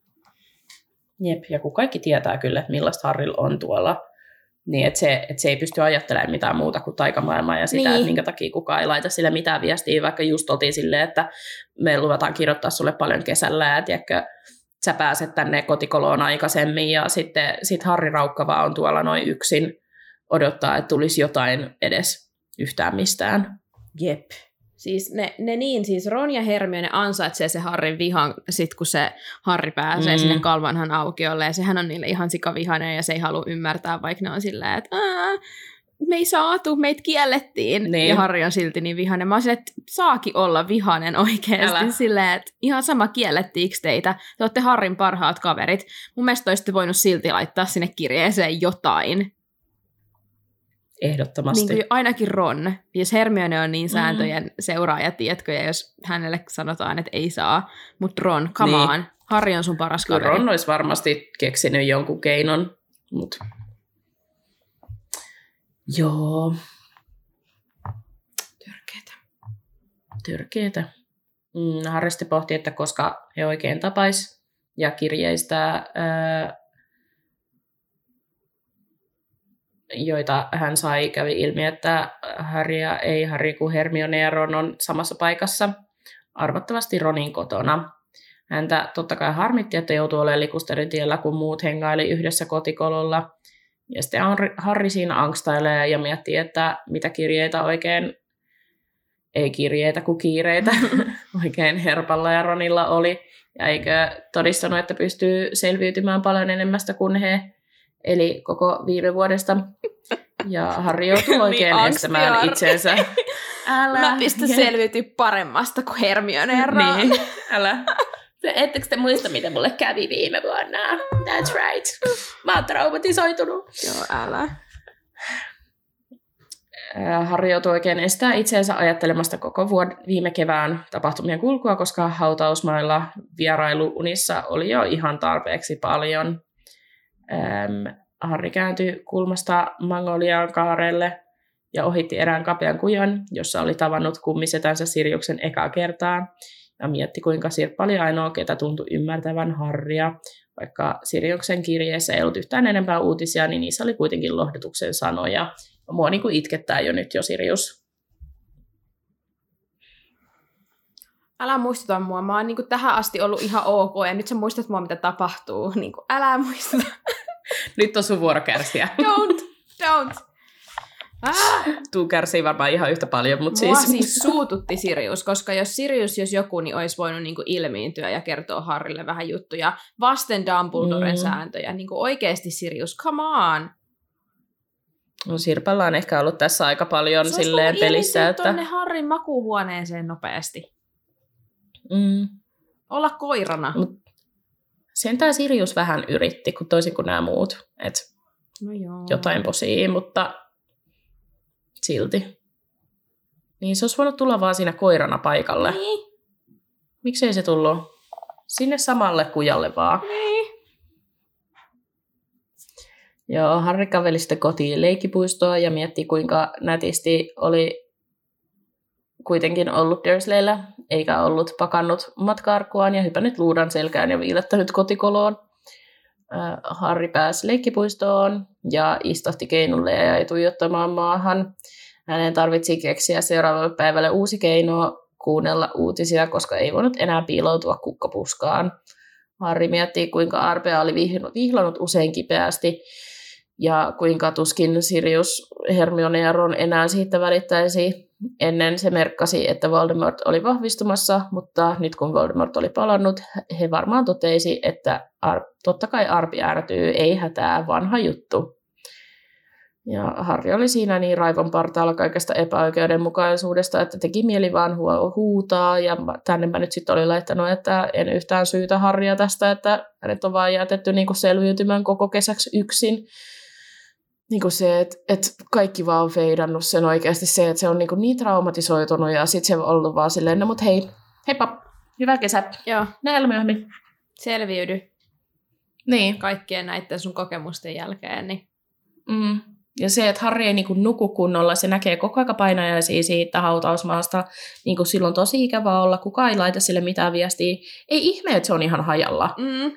Jep, ja kun kaikki tietää kyllä, että millaista Harrylla on tuolla, niin että se, että se ei pysty ajattelemaan mitään muuta kuin taikamaailmaa ja sitä, niin. että minkä takia kukaan ei laita sille mitään viestiä, vaikka just oltiin silleen, että me luvataan kirjoittaa sulle paljon kesällä, ja tiedätkö, sä pääset tänne kotikoloon aikaisemmin, ja sitten sit Harry Raukka vaan on tuolla noin yksin odottaa, että tulisi jotain edes yhtään mistään. Jep. Siis ne, ne niin, siis Ron ja Hermione ansaitsee se Harryn vihan, sit kun se Harry pääsee mm. sinne Kalvanhan aukiolle, ja sehän on niille ihan sikavihainen, ja se ei halua ymmärtää, vaikka ne on silleen, että me ei saatu, meitä kiellettiin, niin. Ja Harry on silti niin vihainen. Mä oon silleen, että saakin olla vihainen oikeasti, Älä. silleen, että ihan sama kiellettiinkö teitä, te olette Harryn parhaat kaverit. Mun mielestä olisitte voinut silti laittaa sinne kirjeeseen jotain. Ehdottomasti. Niin kuin ainakin Ron. Jos Hermione on niin sääntöjen mm. seuraaja, tiedätkö, ja jos hänelle sanotaan, että ei saa. Mutta Ron, come niin. on. Harry on sun paras kaveri. Ron olisi varmasti keksinyt jonkun keinon. Mut. Joo. Törkeetä. Törkeetä. Mm, Harry sitten pohti, että koska he oikein tapais. Ja kirjeistä... Ää, joita hän sai, kävi ilmi, että Harry ja ei Harry kuin Hermione ja Ron on samassa paikassa, arvattavasti Ronin kotona. Häntä totta kai harmitti, että joutuu olemaan likusterin tiellä, kun muut hengaili yhdessä kotikololla. Ja sitten Harry siinä angstailee ja miettii, että mitä kirjeitä oikein, ei kirjeitä kuin kiireitä, oikein Herpalla ja Ronilla oli. Ja eikö todistanut, että pystyy selviytymään paljon enemmästä kuin he. Eli koko viime vuodesta. Ja Harry joutui oikein niin estämään itsensä. Älä. Mä pystyn selviytyä paremmasta kuin Hermione ja Ron. Niin, älä. Ettekö te muista, mitä mulle kävi viime vuonna? That's right. Mä oon traumatisoitunut. Joo, älä. Harry joutui oikein estää itseensä ajattelemasta koko vuod- viime kevään tapahtumien kulkua, koska hautausmailla vierailuunissa oli jo ihan tarpeeksi paljon. Ähm, Harry kääntyi kulmasta Mangolian kaarelle ja ohitti erään kapean kujan, jossa oli tavannut kummisetänsä Siriuksen ekaa kertaa, ja mietti, kuinka Sirppa oli ainoa, ketä tuntui ymmärtävän Harrya. Vaikka Siriuksen kirjeessä ei ollut yhtään enempää uutisia, niin niissä oli kuitenkin lohdutuksen sanoja. Mua niin kuin itkettää jo nyt jo Sirius. Älä muistuta mua. Mä oon niin kuin tähän asti ollut ihan ok, ja nyt sä muistat mua, mitä tapahtuu. Niin kuin, älä muistuta. Nyt on sun vuoro kärsiä. Don't, don't. Ah. Tuu kärsii varmaan ihan yhtä paljon, mutta mua siis... siis suututti Sirius, koska jos Sirius, jos joku, niin olisi voinut niin kuin ilmiintyä ja kertoa Harrylle vähän juttuja vasten Dumbledoren mm. sääntöjä. Niin kuin oikeasti Sirius, come on. No Sirpalla on ehkä ollut tässä aika paljon silleen pelissä, että... Se olisi tuonne Harryn makuuhuoneeseen nopeasti. Mm. Olla koirana. Mut sentään Sirius vähän yritti, kun toisin kuin nämä muut. Et no joo. Jotain posia, mutta silti. Niin se olisi voinut tulla vaan siinä koirana paikalle. Niin. Miksei se tullut? Sinne samalle kujalle vaan. Niin. Joo, Harry käveli sitten kotiin leikkipuistoon ja mietti, kuinka nätisti oli kuitenkin ollut Dursleyllä, eikä ollut pakannut matkaarkkuaan ja hypännyt luudan selkään ja viilettänyt kotikoloon. Äh, Harry pääsi leikkipuistoon ja istahti keinulle ja jäi tuijottamaan maahan. Hänen tarvitsi keksiä seuraavalle päivälle uusi keino kuunnella uutisia, koska ei voinut enää piiloutua kukkapuskaan. Harry mietti, kuinka arpea oli vihlannut usein kipeästi ja kuinka tuskin Sirius, Hermione ja Ron enää siitä välittäisi. Ennen se merkkasi, että Voldemort oli vahvistumassa, mutta nyt kun Voldemort oli palannut, he varmaan totesi, että ar- totta kai arpi ärtyy, ei hätää, vanha juttu. Ja Harry oli siinä niin raivon partaalla kaikesta epäoikeudenmukaisuudesta, että teki mieli vaan hu- huutaa. Ja tänne mä nyt sitten olin laittanut, että en yhtään syytä Harrya tästä, että hänet on vaan jätetty niinku selviytymään koko kesäksi yksin. Niinku se, että et kaikki vaan on feidannut sen oikeasti se, että se on niinku niin traumatisoitunut ja sitten se on ollut vaan silleen, no mut hei, heippa, hyvää kesää. Joo. Näillä myöhemmin. Selviydy Niin. kaikkien näiden sun kokemusten jälkeen. Niin. Mm. Ja se, että Harry ei niinku nuku kunnolla, se näkee koko ajan painajaisia siitä hautausmaasta. Niinku silloin on tosi ikävä olla, kukaan ei laita sille mitään viestiä. Ei ihme, että se on ihan hajalla. Mm.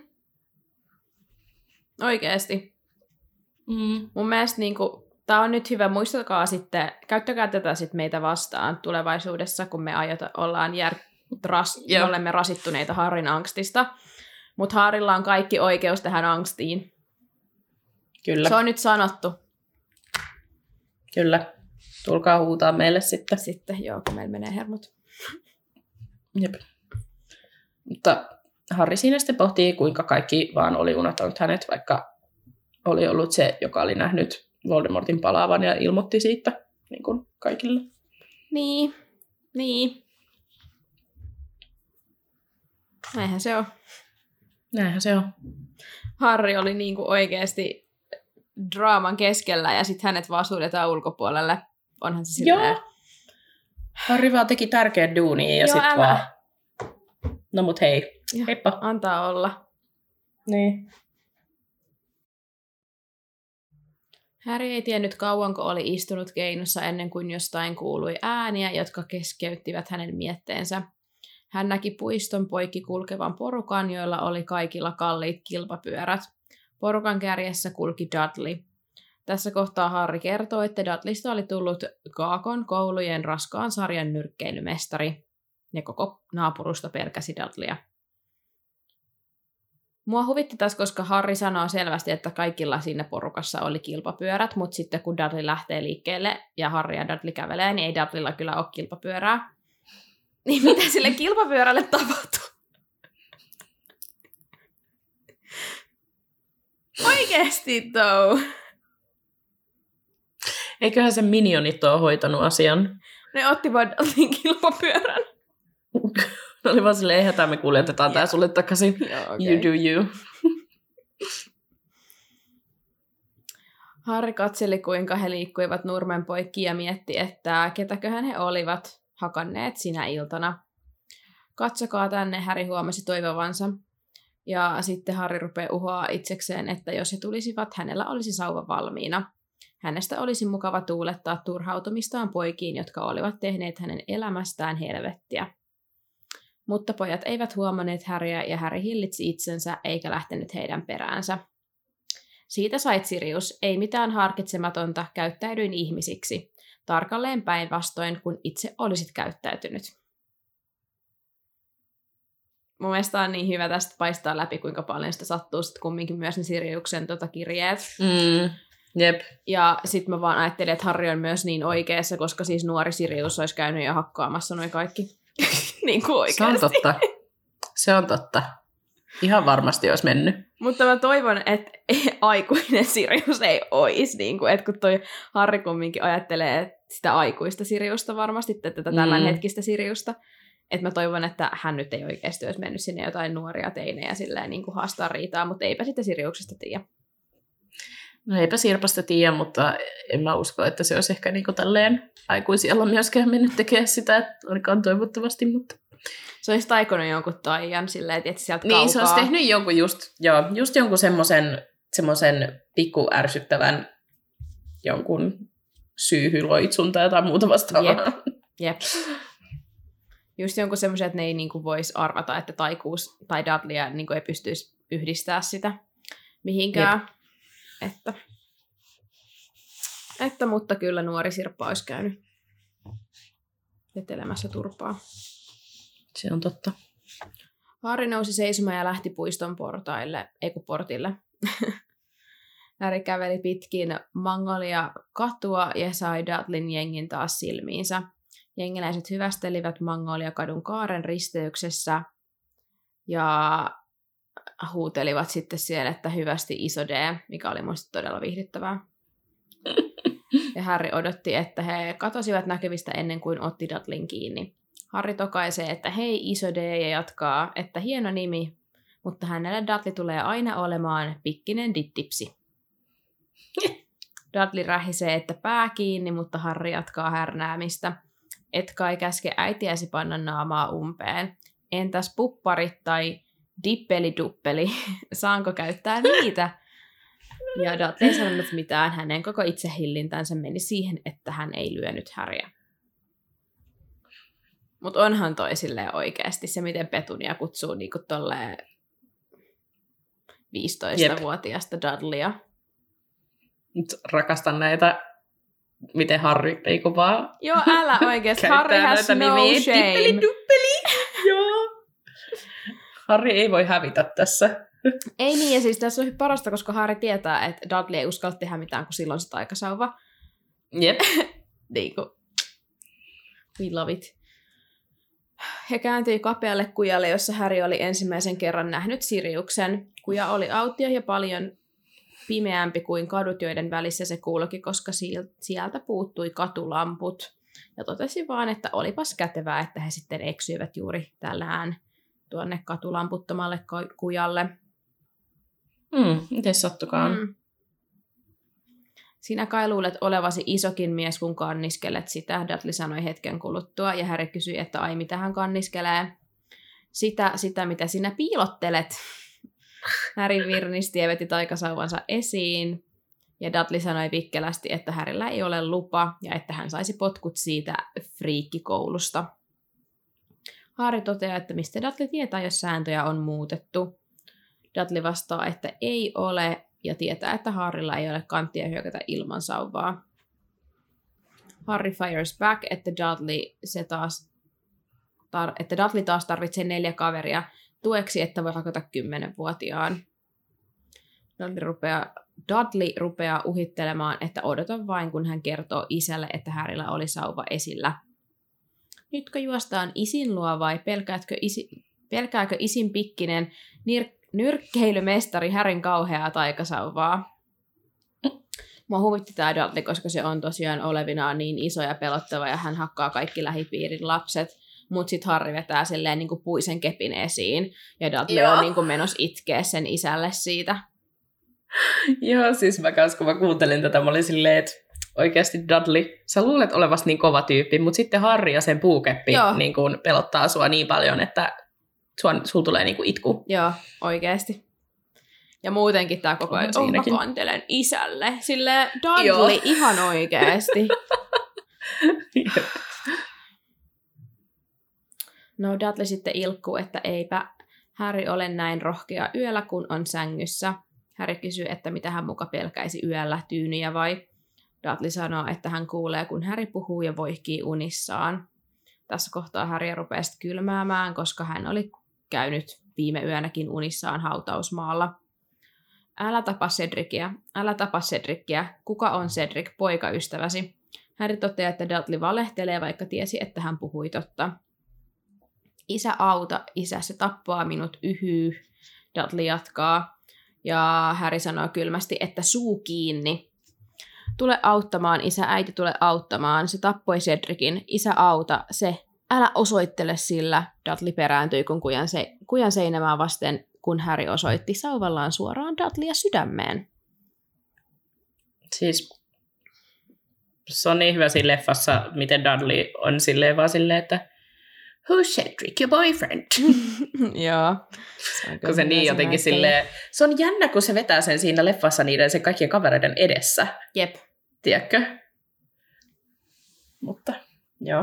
Oikeesti. Mm. Mun mielestä niinku, tää on nyt hyvä, muistakaa sitten, käyttäkää tätä sitten meitä vastaan tulevaisuudessa, kun me aiota, ollaan jär, ras, olemme rasittuneita Harryn angstista. Mutta Harrylla on kaikki oikeus tähän angstiin. Kyllä. Se on nyt sanottu. Kyllä. Tulkaa huutaa meille sitten. Sitten, joo, kun meillä menee hermot. Jep. Mutta Harry siinä sitten pohtii, kuinka kaikki vaan oli unohtanut hänet, vaikka oli ollut se, joka oli nähnyt Voldemortin palaavan ja ilmoitti siitä niin kuin kaikille. Niin, niin. Näinhän se on. Näinhän se on. Harry oli niinku oikeasti draaman keskellä ja sitten hänet vaan suljetaan ulkopuolelle. Onhan se silleen. Joo. Harry vaan teki tärkeät duunia ja sitten vaan. No mut hei, Joo, heippa. antaa olla. Niin. Harry ei tiennyt kauanko oli istunut keinussa ennen kuin jostain kuului ääniä, jotka keskeyttivät hänen mietteensä. Hän näki puiston poikki kulkevan porukan, joilla oli kaikilla kalliit kilpapyörät. Porukan kärjessä kulki Dudley. Tässä kohtaa Harry kertoo, että Dudleysta oli tullut Kaakon koulujen raskaan sarjan nyrkkeilymestari, ja koko naapurusta pelkäsi Dudleya. Mua huvitti tässä, koska Harry sanoo selvästi, että kaikilla siinä porukassa oli kilpapyörät, mutta sitten kun Dudley lähtee liikkeelle ja Harry ja Dudley kävelee, niin ei Dudleylla kyllä ole kilpapyörää. Niin mitä sille kilpapyörälle tapahtuu? Oikeesti though. Eiköhän se minionit ole hoitanut asian. Ne otti vaan Dudleyn kilpapyörän. Ne oli vaan silleen, ei hätää, me kuljetetaan tää sulle takaisin. Joo, okay. You do you. Harry katseli, kuinka he liikkuivat nurmen poikki ja mietti, että ketäköhän he olivat hakanneet sinä iltana. Katsokaa tänne, Harry huomasi toivovansa. Ja sitten Harry rupeaa uhoaa itsekseen, että jos he tulisivat, hänellä olisi sauva valmiina. Hänestä olisi mukava tuulettaa turhautumistaan poikiin, jotka olivat tehneet hänen elämästään helvettiä. Mutta pojat eivät huomanneet Harryä ja Harry hillitsi itsensä eikä lähtenyt heidän peräänsä. Siitä sait Sirius, ei mitään harkitsematonta, käyttäydyin ihmisiksi. Tarkalleen päinvastoin, kun itse olisit käyttäytynyt. Mun mielestä on niin hyvä tästä paistaa läpi, kuinka paljon sitä sattuu sitten kumminkin myös ne Siriuksen tota, kirjeet. Mm, jep. Ja sitten mä vaan ajattelin, että Harry on myös niin oikeassa, koska siis nuori Sirius olisi käynyt jo hakkaamassa noin kaikki. Niin kuin oikeasti. Se on totta. Se on totta. Ihan varmasti olisi mennyt. Mutta mä toivon, että aikuinen Sirius ei olisi. Niin kuin, että kun toi Harry kumminkin ajattelee sitä aikuista Siriusta varmasti, tätä tämänhetkistä Siriusta, että mä toivon, että hän nyt ei oikeasti olisi mennyt sinne jotain nuoria teinejä silleen niin kuin haastaa riitaa, mutta eipä sitä Siriuksesta tiedä. No eipä Sirpasta tiedä, mutta en mä usko, että se olisi ehkä niinku tälleen aikuisiellä myöskään mennyt tekemään sitä, että ainakaan toivottavasti, mutta... Se olisi taikonut jonkun taian silleen, että sieltä niin, kaukaa. se olisi tehnyt jonkun just, joo, just jonkun semmoisen semmoisen pikku ärsyttävän jonkun syyhyloitsun tai jotain muuta vastaavaa. Jep, jep. Just jonkun semmoisen, että ne ei niinku voisi arvata, että taikuus tai Dudleya niinku ei pystyisi yhdistää sitä mihinkään. Jep. Että, että, mutta kyllä nuori Sirppa olisi käynyt vetelemässä turpaa. Se on totta. Harry nousi seisomaan ja lähti puiston portaille, ei kun portille. Harry käveli pitkin Magnolia katua ja sai Dudleyn jengin taas silmiinsä. Jengiläiset hyvästelivät Magnolia kadun kaaren risteyksessä ja huutelivat sitten siellä, että hyvästi iso D, mikä oli muista todella viihdyttävää. Ja Harry odotti, että he katosivat näkyvistä ennen kuin otti Dudleyn kiinni. Harry tokaisee, että hei iso D ja jatkaa, että hieno nimi, mutta hänelle Dudley tulee aina olemaan pikkinen dittipsi. Dudley rähisee, että pää kiinni, mutta Harry jatkaa härnäämistä. Et kai käske äitiäsi panna naamaa umpeen. Entäs pupparit tai dippeli-duppeli, saanko käyttää niitä? Ja Dudley ei sanonut mitään, hänen koko itsehillintänsä meni siihen, että hän ei lyönyt Harryä. Mutta onhan toi silleen oikeasti se, miten Petunia kutsuu niinku tolleen viisitoistavuotiaasta Dudleya. Nyt rakastan näitä, miten Harry ei vaan joo, älä oikeasti. Harry has no nimiä. Shame. Dippeli-duppeli. Joo. Harry ei voi hävitä tässä. Ei niin, ja siis tässä on parasta, koska Harry tietää, että Dudley ei uskalla tehdä mitään, kun silloin se taikasauva. Jep. Niinku. We love it. He kääntyi kapealle kujalle, jossa Harry oli ensimmäisen kerran nähnyt Siriuksen. Kuja oli autio ja paljon pimeämpi kuin kadut, joiden välissä se kulki, koska sieltä puuttui katulamput. Ja totesi vaan, että olipas kätevää, että he sitten eksyivät juuri tällään tuonne katulamputtomalle kujalle. Mm, miten sattukaan? Mm. Sinä kai luulet olevasi isokin mies, kun kanniskelet sitä, Dudley sanoi hetken kuluttua, ja Harry kysyi, että ai mitä hän kanniskelee. Sitä, sitä mitä sinä piilottelet. Harry virnisti ja veti taikasauvansa esiin, ja Dudley sanoi vikkelästi, että Harryllä ei ole lupa, ja että hän saisi potkut siitä friikkikoulusta. Harry toteaa, että mistä Dudley tietää, jos sääntöjä on muutettu. Dudley vastaa, että ei ole, ja tietää, että Harrylla ei ole kanttia hyökätä ilman sauvaa. Harry fires back, että Dudley, se taas, tar- että Dudley taas tarvitsee neljä kaveria tueksi, että voi hakata kymmenvuotiaan. Dudley rupeaa, Dudley rupeaa uhittelemaan, että odota vain, kun hän kertoo isälle, että Harryllä oli sauva esillä. Nytkö juostaan isin luo vai pelkäätkö isi, pelkääkö isin pikkinen nir- nyrkkeilymestari Harryn kauheaa taikasauvaa? Mua huvitti tää Dudley, koska se on tosiaan olevinaan niin iso ja pelottava ja hän hakkaa kaikki lähipiirin lapset. Mut sit Harry vetää silleen niinku puisen kepin esiin ja Dudley Joo. on niinku menossa itkeä sen isälle siitä. Joo, siis mä kanssa kun mä kuuntelin tätä, mä olin silleen, että oikeasti Dudley, sä luulet olevasi niin kova tyyppi, mutta sitten Harry ja sen puukeppi niin kun pelottaa sua niin paljon, että sua, sul tulee niin kuin itku. Joo, oikeasti. Ja muutenkin tää koko ajan, oh, mä kantelen isälle. Silleen, Dudley, Joo. ihan oikeasti. No Dudley sitten ilkkuu, että eipä Harry ole näin rohkea yöllä, kun on sängyssä. Harry kysyy, että mitä hän muka pelkäisi yöllä, tyynyjä vai? Dudley sanoo, että hän kuulee, kun Harry puhuu ja voihkii unissaan. Tässä kohtaa Harry rupeaa kylmäämään, koska hän oli käynyt viime yönäkin unissaan hautausmaalla. Älä tapa Cedriciä, älä tapa Cedriciä. Kuka on Cedric, poikaystäväsi? Harry toteaa, että Dudley valehtelee, vaikka tiesi, että hän puhui totta. Isä auta, isä se tappaa minut, yhyy. Dudley jatkaa. Ja Harry sanoo kylmästi, että suu kiinni. Tule auttamaan, isä, äiti tule auttamaan. Se tappoi Cedricin. Isä auta, se. Älä osoittele sillä. Dudley perääntyi kun kujan, se, kujan seinämää vasten, kun Harry osoitti sauvallaan suoraan Dudleya sydämeen. Siis se on niin hyvä siinä leffassa, miten Dudley on silleen vaan silleen, että who's Cedric, your boyfriend? Joo. Kun se niin jotenkin silleen, se on jännä, kun se vetää sen siinä leffassa niiden sen kaikkien kavereiden edessä. Jep. Tiedätkö? Mutta, joo.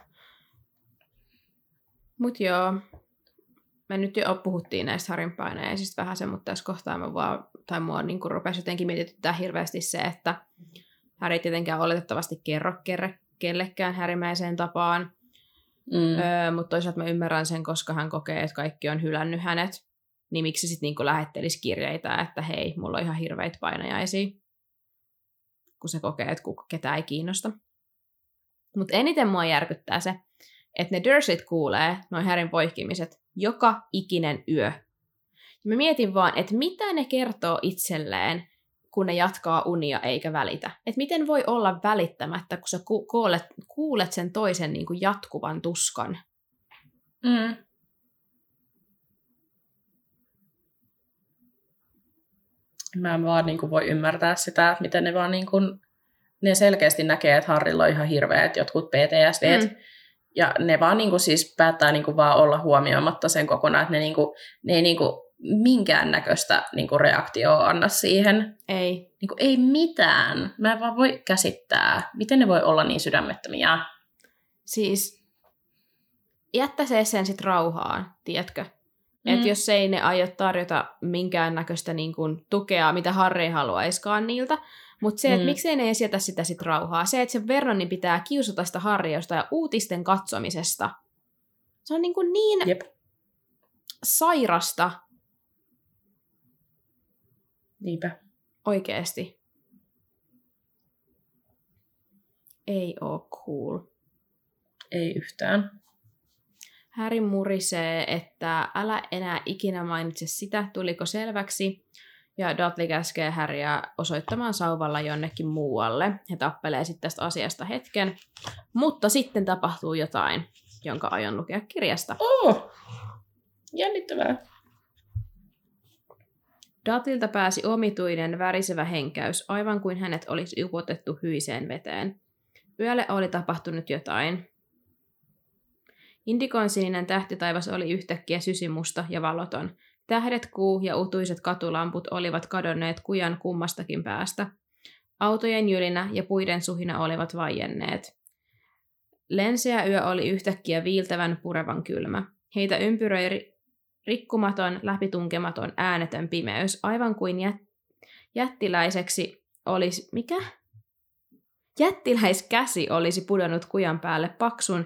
Mut joo. Me nyt jo puhuttiin näistä Harryn paineisista vähän sen, mutta tässä kohtaa mä vaan, tai mua niin rupesi jotenkin mietityttää hirveästi se, että Harry tietenkään oletettavasti kerro kerre, kellekään härimäiseen tapaan. Mm. Öö, mutta toisaalta mä ymmärrän sen, koska hän kokee, että kaikki on hylännyt hänet. Niin miksi sitten niinku lähettelisi kirjeitä, että hei, mulla on ihan hirveitä painajaisia. Kun se kokee, että ketään ei kiinnosta. Mutta eniten mua järkyttää se, että ne Dursleyt kuulee noin Harryn poikimiset joka ikinen yö. Ja mä mietin vaan, että mitä ne kertoo itselleen, kun ne jatkaa unia eikä välitä. Että miten voi olla välittämättä, kun sä ku- kuulet, kuulet sen toisen niin kuin jatkuvan tuskan. Mm. Mä en vaan niin kuin voi ymmärtää sitä, että miten ne vaan niin kuin, ne selkeästi näkee, että Harrylla on ihan hirveät jotkut P T S D:t. Mm. Ja ne vaan niin kuin siis päättää niin kuin vaan olla huomioimatta sen kokonaan, että ne, niin kuin, ne ei niin kuin minkäännäköistä niin kuin reaktioa anna siihen. Ei. Niin kuin, ei mitään. Mä en vaan voi käsittää. Miten ne voi olla niin sydämettömiä? Siis jättäisee sen sit rauhaan, tiedätkö? Mm. Että jos ei ne aio tarjota minkäännäköistä niin kuin tukea, mitä Harry haluaiskaan niiltä, mutta se, että mm. miksei ne ei jätä sitä sit rauhaa. Se, että se Vernonin pitää kiusata sitä Harrysta ja uutisten katsomisesta. Se on niin, kuin niin Jep. sairasta. Niinpä. Oikeesti. Ei oo cool. Ei yhtään. Harry murisee, että älä enää ikinä mainitse sitä, tuliko selväksi. Ja Dudley käskee Harryä osoittamaan sauvalla jonnekin muualle. He tappelee sitten tästä asiasta hetken. Mutta sitten tapahtuu jotain, jonka aion lukea kirjasta. Oh! Jännittävää. Dudleyltä pääsi omituinen värisevä henkäys, aivan kuin hänet olisi upotettu hyiseen veteen. Yölle oli tapahtunut jotain. Indikonsininen tähtitaivas oli yhtäkkiä sysimusta ja valoton. Tähdet, kuu ja utuiset katulamput olivat kadonneet kujan kummastakin päästä. Autojen jylinä ja puiden suhina olivat vaienneet. Lenseä yö oli yhtäkkiä viiltävän purevan kylmä. Heitä ympyröi ri- rikkumaton, läpitunkematon, äänetön pimeys, aivan kuin jät- jättiläiseksi olisi... Mikä? Jättiläiskäsi olisi pudonnut kujan päälle paksun...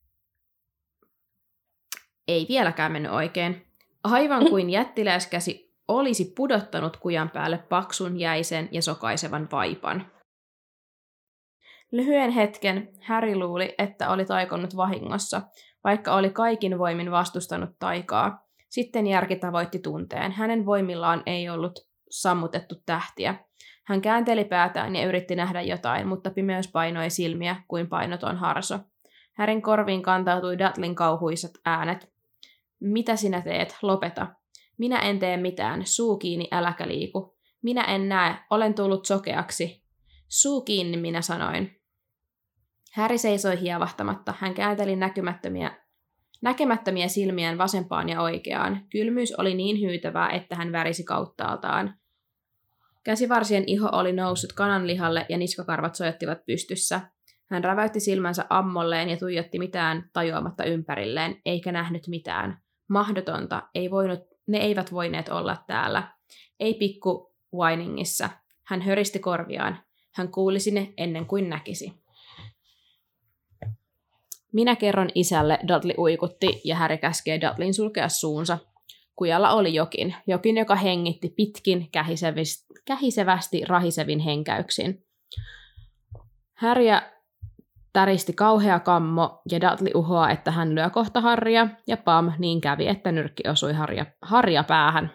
Ei vieläkään mennyt oikein. Aivan kuin jättiläiskäsi olisi pudottanut kujan päälle paksun, jäisen ja sokaisevan vaipan. Lyhyen hetken Harry luuli, että oli taikonnut vahingossa, vaikka oli kaikin voimin vastustanut taikaa. Sitten järki tavoitti tunteen. Hänen voimillaan ei ollut sammutettu tähtiä. Hän käänteli päätään ja yritti nähdä jotain, mutta pimeys painoi silmiä kuin painoton harso. Harryn korviin kantautui Dudleyn kauhuisat äänet. Mitä sinä teet? Lopeta. Minä en tee mitään. Suu kiinni, äläkä liiku. Minä en näe. Olen tullut sokeaksi. Suu kiinni, minä sanoin. Harry seisoi hievahtamatta. Hän käänteli näkymättömiä, näkemättömiä silmiään vasempaan ja oikeaan. Kylmyys oli niin hyytävää, että hän värisi kauttaaltaan. Käsivarsien iho oli noussut kananlihalle ja niskakarvat sojottivat pystyssä. Hän räväytti silmänsä ammolleen ja tuijotti mitään tajuamatta ympärilleen, eikä nähnyt mitään. Mahdotonta, ei voinut, ne eivät voineet olla täällä. Ei pikku Winingissa. Hän höristi korviaan. Hän kuulisi ne ennen kuin näkisi. Minä kerron isälle, Dudley uikutti, ja Harry käskee Dudleyn sulkea suunsa. Kujalla oli jokin, jokin, joka hengitti pitkin, kähisevästi rahisevin henkäyksin. Harryä täristi kauhea kammo, ja Dudley uhoaa, että hän lyö kohta Harrya, ja pam, niin kävi, että nyrkki osui Harrya, Harrya päähän.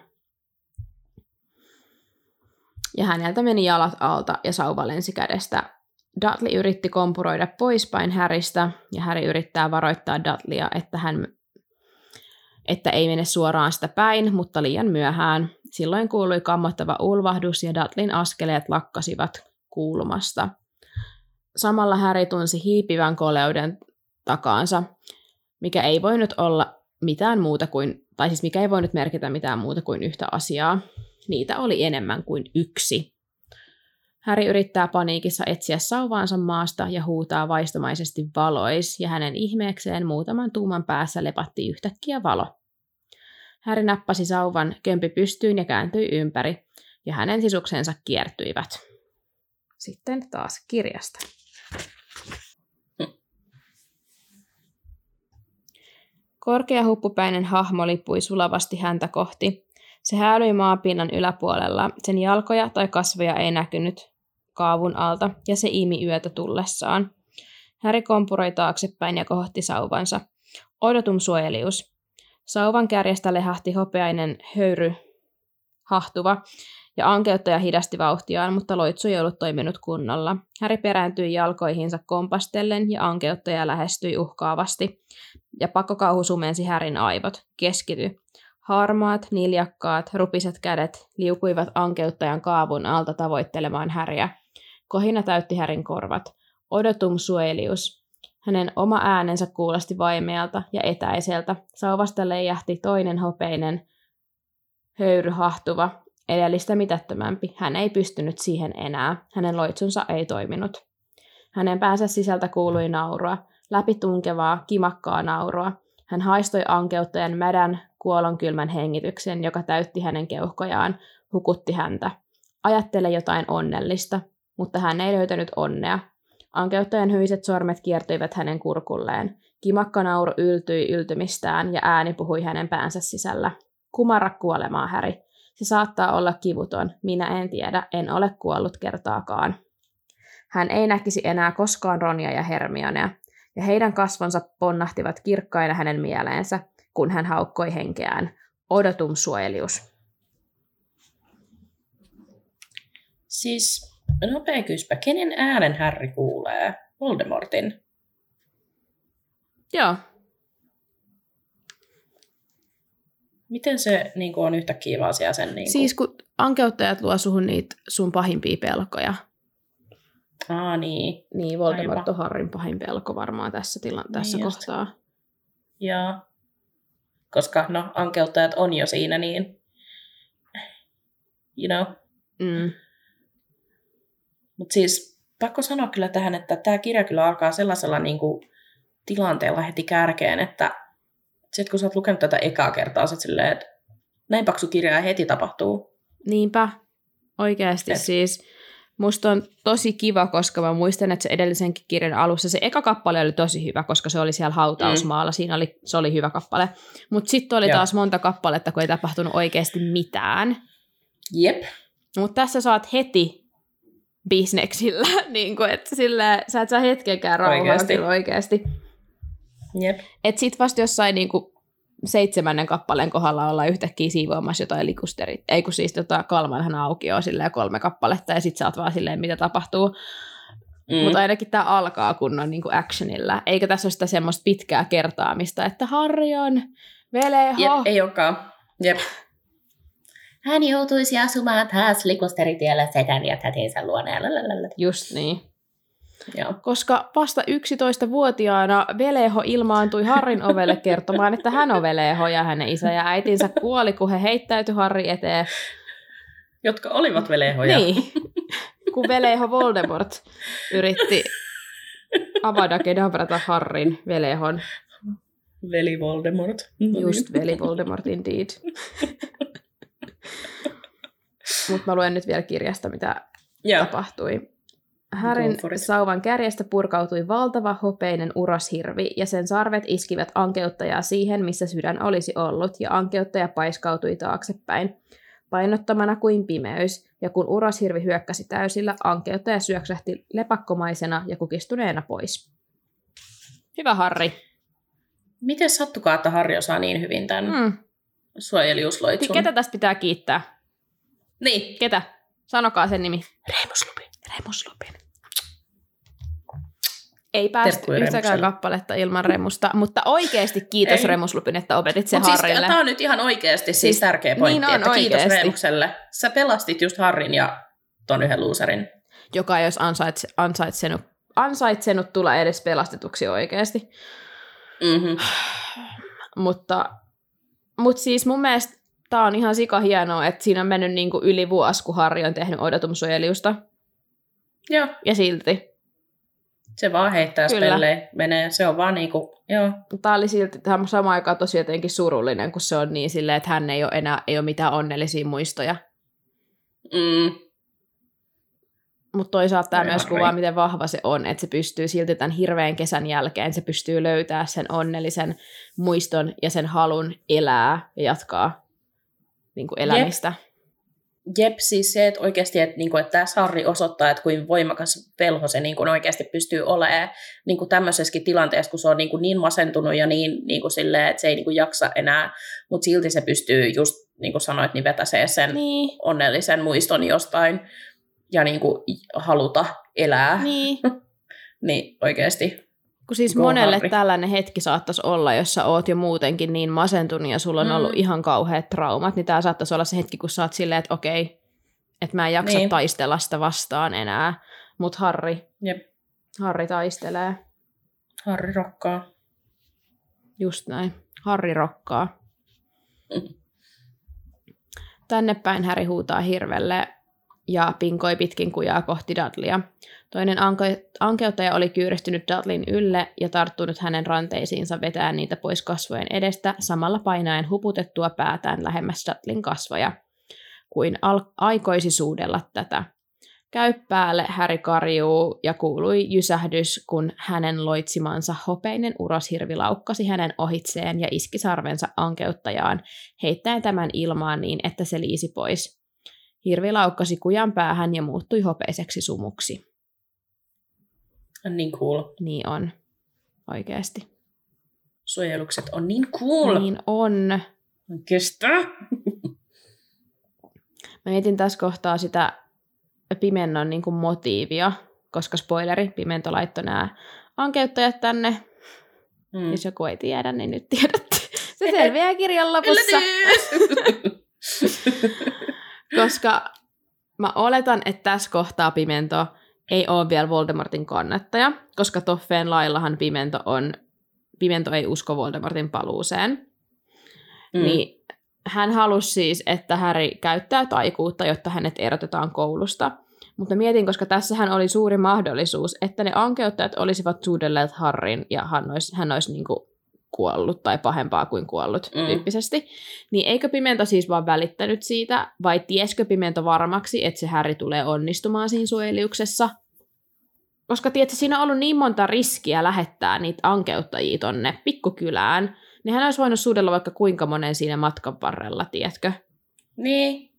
Ja häneltä meni jalat alta, ja sauva lensi kädestä. Dudley yritti kompuroida poispäin Harrystä, ja Harry yrittää varoittaa Dudleya, että, hän, että ei mene suoraan sitä päin, mutta liian myöhään. Silloin kuului kammottava ulvahdus, ja Dudleyn askeleet lakkasivat, kuulumasta. Samalla Harry tunsi hiipivän koleuden takaansa, mikä ei voinut olla mitään muuta kuin, tai siis mikä ei voinut merkitä mitään muuta kuin yhtä asiaa. Niitä oli enemmän kuin yksi. Harry yrittää paniikissa etsiä sauvaansa maasta ja huutaa vaistomaisesti valois, ja hänen ihmeekseen muutaman tuuman päässä lepatti yhtäkkiä valo. Harry nappasi sauvan kömpi pystyyn ja kääntyi ympäri, ja hänen sisuksensa kiertyivät. Sitten taas kirjasta. Korkea huppupäinen hahmo lippui sulavasti häntä kohti. Se häälyi maapinnan yläpuolella, sen jalkoja tai kasvoja ei näkynyt kaavun alta, ja se imi yötä tullessaan. Harry kompuroi taaksepäin ja kohotti sauvansa. Odotum suojelius. Sauvan kärjestä lehahti hopeainen höyry hahtuva, ja ankeuttaja hidasti vauhtiaan, mutta loitsu ei ollut toiminut kunnolla. Harry perääntyi jalkoihinsa kompastellen, ja ankeuttaja lähestyi uhkaavasti, ja pakkokauhu sumensi Harryn aivot. Keskity. Harmaat, niljakkaat, rupiset kädet liukuivat ankeuttajan kaavun alta tavoittelemaan Harryä. Kohina täytti Harryn korvat. Odotum suojelius. Hänen oma äänensä kuulosti vaimealta ja etäiseltä. Sauvasta leijahti toinen hopeinen höyry hahtuva, edellistä mitättömämpi. Hän ei pystynyt siihen enää. Hänen loitsunsa ei toiminut. Hänen päänsä sisältä kuului naurua, läpitunkevaa, kimakkaa naurua. Hän haistoi ankeuttajan mädän, kuolonkylmän hengityksen, joka täytti hänen keuhkojaan, hukutti häntä. Ajattele jotain onnellista, mutta hän ei löytänyt onnea. Ankeuttajan hyiset sormet kiertyivät hänen kurkulleen. Kimakka nauru yltyi yltymistään ja ääni puhui hänen päänsä sisällä. Kumarra kuolemaa, Harry. Se saattaa olla kivuton. Minä en tiedä, en ole kuollut kertaakaan. Hän ei näkisi enää koskaan Ronia ja Hermionea, ja heidän kasvonsa ponnahtivat kirkkaina hänen mieleensä, kun hän haukkoi henkeään. Odotum suojelius. Siis, nopea kyspä, kenen äänen Harry kuulee? Voldemortin? Joo. Miten se niin kuin, on yhtäkkiä vaan siellä sen... Niin kuin... Siis kun ankeuttajat luo suhun niitä sun pahimpia pelkoja. Aa, niin. Niin, Voldemort on Harryn pahin pelko varmaan tässä, tila- tässä niin kohtaa. Joo. Koska, no, ankeuttajat on jo siinä, niin... You know. Mm. Mutta siis, pakko sanoa kyllä tähän, että tämä kirja kyllä alkaa sellaisella niin kuin, tilanteella heti kärkeen, että sitten kun sä oot lukenut tätä ekaa kertaa, sä silleen, että näin paksu kirja heti tapahtuu. Niinpä. Oikeasti Et. siis. Musta on tosi kiva, koska mä muistan, että se edellisenkin kirjan alussa se eka kappale oli tosi hyvä, koska se oli siellä hautausmaalla. Mm. Siinä oli, se oli hyvä kappale. Mutta sitten oli Joo. taas monta kappaletta, kun ei tapahtunut oikeasti mitään. Jep. Mutta tässä saat heti bisneksillä, niin kuin, että sillä, sä et saa hetkenkään rauhaa kyllä oikeasti. Jep. Että sit vasta jossain niin kuin seitsemännen kappaleen kohdalla ollaan yhtäkkiä siivoamassa jotain likusterit. Ei kun siis tota, Kalmanhan auki on silleen kolme kappaletta ja sit sä oot vaan silleen, mitä tapahtuu. Mm. Mutta ainakin tää alkaa kunnon niin kuin actionilla. Eikä tässä ole sitä semmoista pitkää kertaamista, että Harry on veleho. Jep, ei olekaan. Jep. Hän joutuisi asumaan taas likusteritiellä sedän ja tätinsä luona. Just niin. Joo. Koska vasta yksitoistavuotiaana Veleho ilmaantui Harryn ovelle kertomaan, että hän on Veleho ja hänen isä ja äitinsä kuoli, kun he heittäytyi Harry eteen. Jotka olivat Velehoja. Niin, kun Veleho Voldemort yritti avada kedabrata Harryn Velehon. Veli Voldemort. Just Veli Voldemort indeed. Mutta mä luen nyt vielä kirjasta, mitä yeah. tapahtui. Harryn sauvan kärjestä purkautui valtava hopeinen uroshirvi, ja sen sarvet iskivät ankeuttajaa siihen, missä sydän olisi ollut, ja ankeuttaja paiskautui taaksepäin, painottamana kuin pimeys, ja kun uroshirvi hyökkäsi täysillä, ankeuttaja syöksähti lepakkomaisena ja kukistuneena pois. Hyvä Harry. Miten sattukaa, että Harry osaa niin hyvin tämän mm. suojeliusloitsun? Ketä tästä pitää kiittää? Niin. Ketä? Sanokaa sen nimi. Remus Lupin. Remus Lupin. Ei päästy yhtäkään kappaletta ilman Remusta, mutta oikeasti kiitos Ei. Remus Lupin, että opetit sen Harrylle. Siis, tämä on nyt ihan oikeasti siis, siis tärkeä pointti, niin on, että oikeasti. Kiitos Remukselle. Sä pelastit just Harryn ja ton yhden loserin. joka ei olisi ansaitse, ansaitsenut, ansaitsenut tulla edes pelastetuksi oikeasti. Mm-hmm. mutta, mutta siis mun mielestä tämä on ihan sika hienoa, että siinä on mennyt niinku yli vuosi, kun Harri on tehnyt odotumsuojelijusta. Joo. Ja silti. Se vaan heittää spelleen, menee. Se on vaan niinku, joo. Tämä oli silti samaan aikaan tosi jotenkin surullinen, kun se on niin silleen, että hän ei ole enää ei ole mitään onnellisia muistoja. Mm. Mutta toisaalta tämä Ei myös Harri. kuvaa, miten vahva se on, että se pystyy silti tämän hirveän kesän jälkeen, se pystyy löytämään sen onnellisen muiston ja sen halun elää ja jatkaa niin kuin elämistä. Jep. Jep, siis se, että oikeasti, että, niin kuin, että tämä Harri osoittaa, että kuinka voimakas velho se niin kuin oikeasti pystyy olemaan niin kuin tämmöisessäkin tilanteessa, kun se on niin, kuin niin masentunut ja niin, niin kuin silleen, että se ei niin kuin jaksa enää, mutta silti se pystyy just, niin kuin sanoit, niin vetäsee sen Niin. onnellisen muiston jostain ja niin kuin haluta elää. Niin. Niin oikeasti. Kun siis Go monelle Harri. tällainen hetki saattaisi olla, jos sä oot jo muutenkin niin masentunut ja sulla on Mm. ollut ihan kauheat traumat, niin tää saattaisi olla se hetki, kun sä oot silleen, että okei, että mä en jaksa Niin. taistella sitä vastaan enää. Mutta Harri, Jep. Harri taistelee. Harri rokkaa. Just näin. Harri rokkaa. Mm. Tänne päin Harry huutaa hirvelle ja pinkoi pitkin kujaa kohti Dudleya. Toinen anke- ankeuttaja oli kyyristynyt Dudleyn ylle ja tarttunut hänen ranteisiinsa vetää niitä pois kasvojen edestä, samalla painaen huputettua päätään lähemmäs Dudleyn kasvoja, kuin al- aikoisi suudella tätä. Käy päälle Harry karjuu ja kuului jysähdys, kun hänen loitsimansa hopeinen uroshirvi laukkasi hänen ohitseen ja iski sarvensa ankeuttajaan, heittäen tämän ilmaan niin, että se liisi pois. Hirvi laukkasi kujan päähän ja muuttui hopeiseksi sumuksi. On niin cool. Niin on. Oikeasti. Suojelukset on niin cool. Niin on. Kestää. Mä mietin tässä kohtaa sitä Pimennon niin kuin motiivia, koska spoileri, Pimento laittoi nämä ankeuttajat tänne. Mm. Jos joku ei tiedä, niin nyt tiedätte. Se selviää kirjan lopussa. Koska mä oletan, että tässä kohtaa Pimento ei ole vielä Voldemortin kannattaja, koska Toffeen laillahan Pimento on, Pimento ei usko Voldemortin paluuseen. Mm. Niin hän halusi siis, että Harry käyttää taikuutta, jotta hänet erotetaan koulusta. Mutta mietin, koska tässähän oli suuri mahdollisuus, että ne ankeuttajat olisivat suudelleet Harryn ja hän olisi, hän olisi niin kuin kuollut tai pahempaa kuin kuollut Mm. tyyppisesti. Niin eikö Pimento siis vaan välittänyt siitä, vai tieskö Pimento varmaksi, että se Harry tulee onnistumaan siinä suojeliuksessa? Koska tiedätkö, siinä on ollut niin monta riskiä lähettää niitä ankeuttajia tonne pikkukylään, niin hän olisi voinut suudella vaikka kuinka monen siinä matkan varrella, tiedätkö? Niin.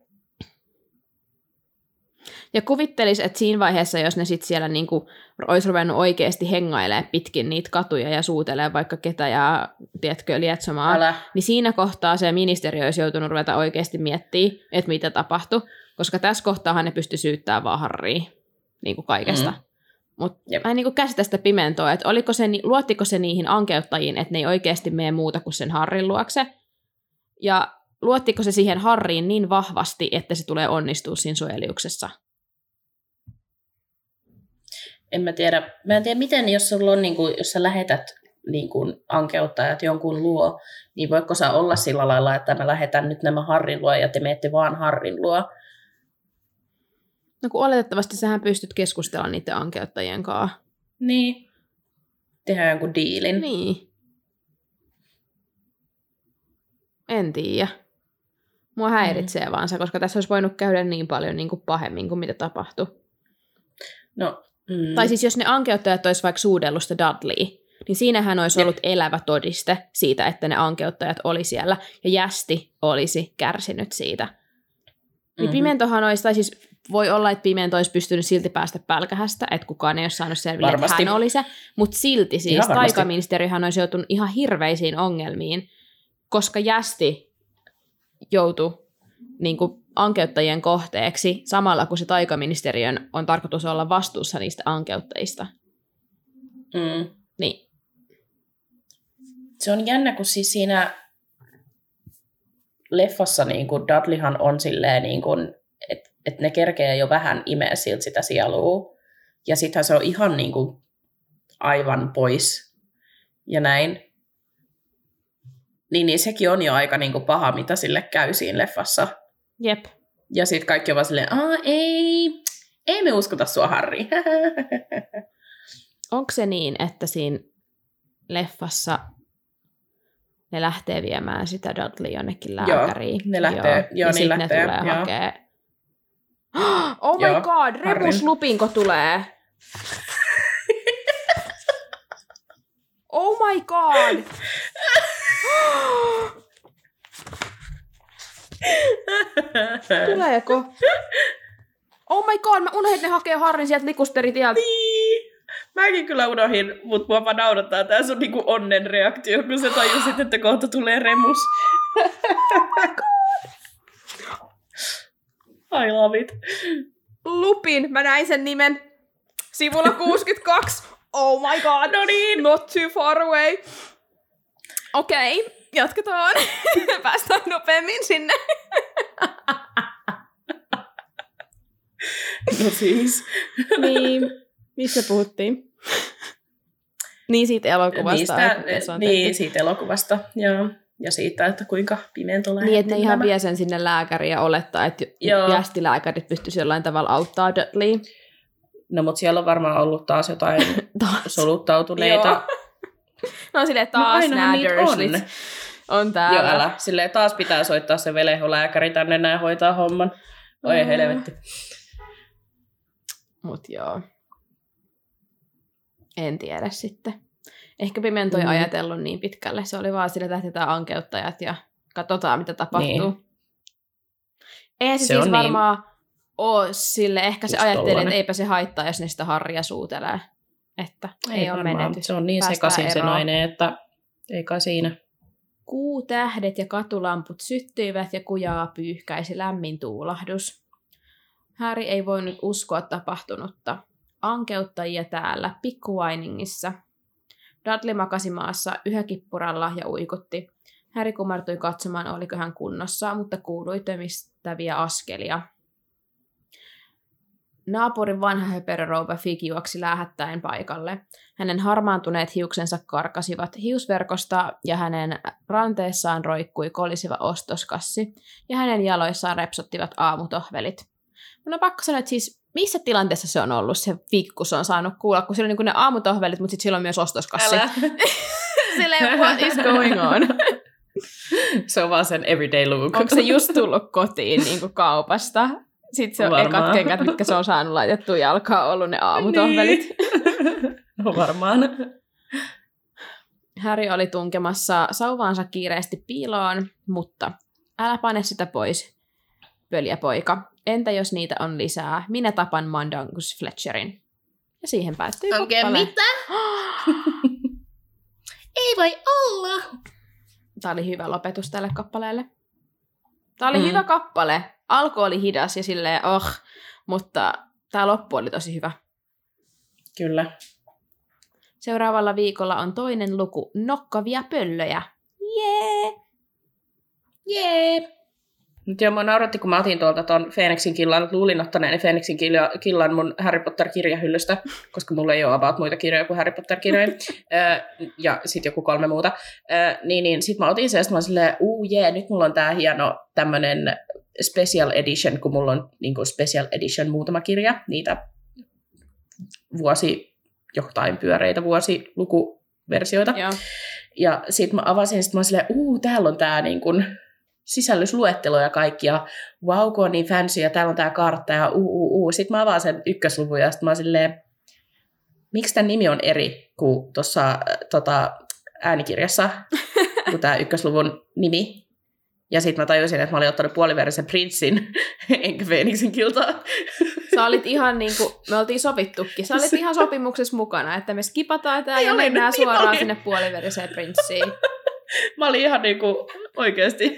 Ja kuvittelis, että siinä vaiheessa, jos ne sitten siellä niinku olisi ruvennut oikeasti hengailemaan pitkin niitä katuja ja suutelee vaikka ketä ja, tiedätkö, lietsomaan, Älä. niin siinä kohtaa se ministeriö olisi joutunut ruveta oikeasti miettimään, että mitä tapahtui, koska tässä kohtaahan ne pystyi syyttämään vaan Harrya niin kuin kaikesta. Mm. Mutta Jep. mä en niin käsitä sitä Pimentoa, että oliko se, luottiko se niihin ankeuttajiin, että ne ei oikeasti mene muuta kuin sen Harryn luokse, ja luottiko se siihen Harryin niin vahvasti, että se tulee onnistua siinä suojeliuksessa? En mä tiedä. Mä en tiedä, miten, jos sulla on, niin kuin, jos sä lähetät niin kuin ankeuttajat jonkun luo, niin voiko sä olla sillä lailla, että mä lähetän nyt nämä Harryn luo ja te menette vaan Harryn luo? No kun oletettavasti sähän pystyt keskustelemaan niiden ankeuttajien kanssa. Niin. Tehdään jonkun diilin. Niin. En tiedä. Mua häiritsee mm. vaan se, koska tässä olisi voinut käydä niin paljon niin kuin pahemmin kuin mitä tapahtui. No, mm. Tai siis jos ne ankeuttajat olisi vaikka suudellut sitä Dudley, niin siinähän olisi Jep. ollut elävä todiste siitä, että ne ankeuttajat oli siellä, ja Jästi olisi kärsinyt siitä. Niin Mm-hmm. Pimentohan olisi, tai siis voi olla, että Pimento olisi pystynyt silti päästä pälkähästä, että kukaan ei olisi saanut selville, Varmasti. että hän oli se, mutta silti siis Ihan varmasti. taikaministeriöhän olisi joutunut ihan hirveisiin ongelmiin, koska Jästi joutui niin kuin ankeuttajien kohteeksi samalla, kun se taikaministeriön on tarkoitus olla vastuussa niistä ankeuttajista. Mm. Niin. Se on jännä, kun siis siinä leffassa niin kuin Dudleyhan on silleen, niin kuin, että että ne kerkee jo vähän imeä siltä sitä sielua. Ja sittenhän se on ihan niin kuin aivan pois ja näin. Niin, niin sekin on jo aika niin kuin paha, mitä sille käy siinä leffassa. Jep. Ja sitten kaikki on vaan silleen, aa ei, ei me uskota sua, Harry. Onko se niin, että siinä leffassa ne lähtee viemään sitä Dudley jonnekin lääkäriin? Joo, ne lähtee. Joo, joo, ja niin sitten lähtee, ne tulee joo. hakee. Oh my Joo, god, Remus Lupinko tulee. Oh my god. Tuleeko? Oh my god, mä unohdin, että ne hakee Harrin sieltä likusteritieltä. Niin. Mäkin kyllä unohdin, mutta mua vaan naurattaa tää sun niinku onnen reaktio, kun sä tajusit, että kohta tulee Remus. I love it. Lupin, mä näin sen nimen sivulla kuusikymmentäkaksi. Oh my god, No niin. not too far away. Okei, okay, jatketaan. Päästään nopeammin sinne. No siis. Niin, missä puhuttiin? Niin siitä elokuvasta. Niistä, että se on niin, tehty. siitä elokuvasta, joo. Ja siitä, että kuinka pimento lähtee. Niin, että ne ihan vie sen sinne lääkäriin ja olettaa, että Joo. jästilääkärit pystyisi jollain tavalla auttaa Dudley. No, mutta siellä on varmaan ollut taas jotain Taas. soluttautuneita. No silleen No, taas ainahan nämä niitä Dursleys on. on täällä. Joo, älä. Silleen taas pitää soittaa se veleholääkäri tänne näin hoitaa homman. Oi Mm. helvetti. Mut joo. En tiedä sitten. Ehkä Pimento ei Mm. ajatellut niin pitkälle. Se oli vaan sille, että lähtetään ankeuttajat ja katsotaan, mitä tapahtuu. Niin. Eihän se, Se siis on varmaan niin. ole sille. Ehkä se Just ajatteli, tollanen. että eipä se haittaa, jos ne sitä Harria suutelee. Että ei, ei ole varmaan. menetys. Se on niin Päästään sekaisin se eroon. nainen, että ei kai siinä. Kuutähdet ja katulamput syttyivät ja kujaa pyyhkäisi lämmin tuulahdus. Harry ei voinut uskoa tapahtunutta. Ankeuttajia täällä, pikkuvainingissa. Dudley makasi maassa yhä kippuralla ja uikutti. Harry kumartui katsomaan, oliko hän kunnossa, mutta kuului tömistäviä askelia. Naapurin vanha höperörouva Fig juoksi läähättäen paikalle. Hänen harmaantuneet hiuksensa karkasivat hiusverkosta ja hänen ranteessaan roikkui kolisiva ostoskassi ja hänen jaloissaan repsottivat aamutohvelit. Mun on pakko sanoa, että siis missä tilanteessa se on ollut se Fig, kun se on saanut kuulla, kun sillä on niin ne aamutohvelit, mutta sitten sillä on myös ostoskassi. Älä. Silleen, what is going on? Se on vaan sen everyday look. Onko se just tullut kotiin niin kuin kaupasta? Sitten se on Varmaan. ekat kengät, mitkä se on saanut laitettua jalkaan, ollut ne aamutohvelit. Niin. No varmaan. Harry oli tunkemassa sauvaansa kiireesti piiloon, mutta älä pane sitä pois, pöljäpoika. Entä jos niitä on lisää? Minä tapan Mandangus Fletcherin. Ja siihen päättyy Oikein kappale. mitä? Ei voi olla. Tämä oli hyvä lopetus tälle kappaleelle. Tämä oli Mm. hyvä kappale. Alku oli hidas ja silleen, oh, mutta tämä loppu oli tosi hyvä. Kyllä. Seuraavalla viikolla on toinen luku, Nokkavia pöllöjä. Jee! Jee! Nyt jo mua nauratti, kun mä otin tuolta ton Feeniksin killan, luulin ottaneeni Feeniksin killan, killan mun Harry Potter-kirjahyllystä, koska mulla ei ole about muita kirjoja kuin Harry Potter-kirjoja, ja sitten joku kolme muuta. Niin, niin sit mä otin sen, ja sit mä oon silleen, uu jee, nyt mulla on tää hieno tämmönen special edition, kun mulla on niin kuin special edition muutama kirja, niitä vuosi, jotain pyöreitä vuosilukuversioita. Joo. Ja sit mä avasin, sit mä oon silleen, uu, täällä on tää niin kuin sisällysluettelo ja kaikki, ja vau, kun on niin fancy, ja täällä on tää kartta, ja uu, uu, uu. Sitten mä avaan sen ykkösluvun, ja sit mä oon silleen, miksi tämän nimi on eri kuin tuossa äh, tota, äänikirjassa, kuin tää ykkösluvun nimi. Ja sitten mä tajusin, että mä olin ottanut puoliverisen Prinssin, enkä Feeniksin kiltaa. Sä olit ihan niin kuin, me oltiin sovittukin, sä olit ihan sopimuksessa mukana, että me skipataan tää Ei ja olin, mennään niin suoraan olin. sinne puoliveriseen prinssiin. Mä olin ihan niinku oikeesti.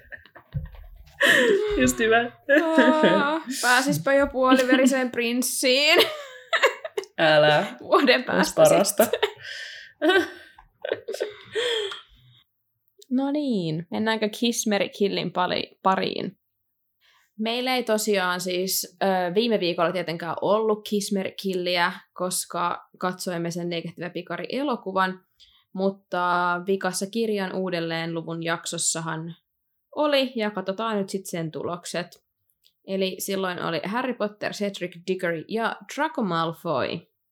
Just hyvä. Oh, pääsispä jo puoliveriseen prinssiin Älä. vuoden Olisi päästä parasta. sitten. No niin, mennäänkö Kiss, Mary, Killin pari- pariin? Meillä ei tosiaan siis ö, viime viikolla tietenkään ollut Kismer-killiä, koska katsoimme sen Negative Pikari-elokuvan, mutta vikassa kirjan uudelleen luvun jaksossahan oli, ja katsotaan nyt sitten sen tulokset. Eli silloin oli Harry Potter, Cedric Diggory ja Draco Malfoy.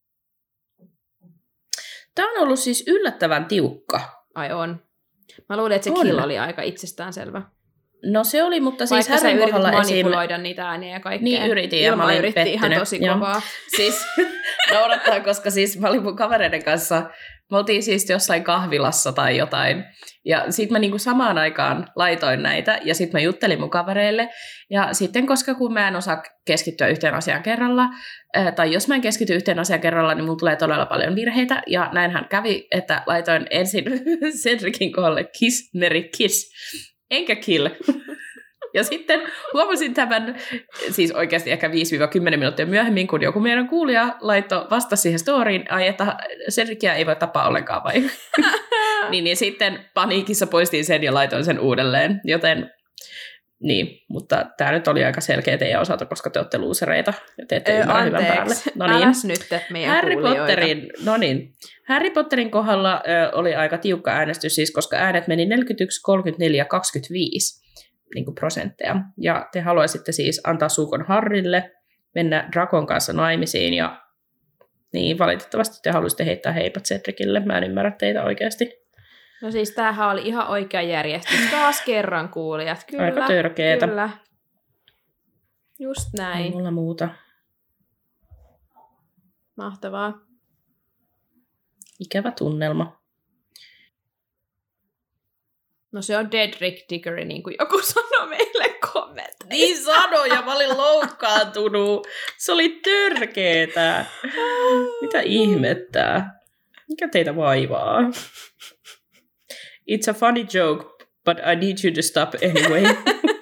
Tämä on ollut siis yllättävän tiukka. Ai on. Mä luulin, että se On. kill oli aika itsestäänselvä. No se oli, mutta siis Vaikka sä Harryn yritit kohdalla esim... manipuloida niitä ääniä ja kaikkea. Niin yritin, ja Ilma mä olin yritti pettynyt. ihan tosi Joo. kovaa. Siis noudattaa, koska siis mä olin mun kavereiden kanssa, me oltiin siis jossain kahvilassa tai jotain, ja sit mä niinku samaan aikaan laitoin näitä, ja sit mä juttelin mun kavereille, ja sitten koska kun mä en osaa keskittyä yhteen asiaan kerralla, ää, tai jos mä en keskity yhteen asiaan kerralla, niin mulla tulee todella paljon virheitä, ja näinhän kävi, että laitoin ensin Cedricin kohdalle kiss, Mary kiss, enkä kill. Ja sitten huomasin tämän, siis oikeasti ehkä viisi kymmenen minuuttia myöhemmin, kun joku meidän kuulija laittoi vastasi siihen storyin, ai että Cedricia ei voi tapaa ollenkaan vai? niin, niin sitten paniikissa poistin sen ja laitoin sen uudelleen, joten niin, mutta tämä nyt oli aika selkeä teidän osalta, koska te olette luusereita ja te ette Ö, ymmärrä hyvän päälle. No niin. Äläs nyt, että meidän Harry kuulijoita. Potterin, no niin. Harry Potterin kohdalla ö, oli aika tiukka äänestys, siis koska äänet meni neljäkymmentäyksi, kolmekymmentäneljä, kaksikymmentäviisi niin kuin prosentteja. Ja te haluaisitte siis antaa suukon Harrylle, mennä Drakon kanssa naimisiin, ja niin valitettavasti te haluaisitte heittää heipat Cedricille. Mä en ymmärrä teitä oikeasti. No siis tämähän oli ihan oikea järjestys. Taas kerran kuulijat. Kyllä, Aika törkeetä. Kyllä. Just Ei näin. mulla muuta. Mahtavaa. Ikävä tunnelma. No se on Cedric Diggory, niin kuin joku sanoi meille kommenteissa. Niin sano, ja mä olin loukkaantunut. Se oli törkeetä. Mitä ihmettä? Mikä teitä vaivaa? It's a funny joke, but I need you to stop anyway.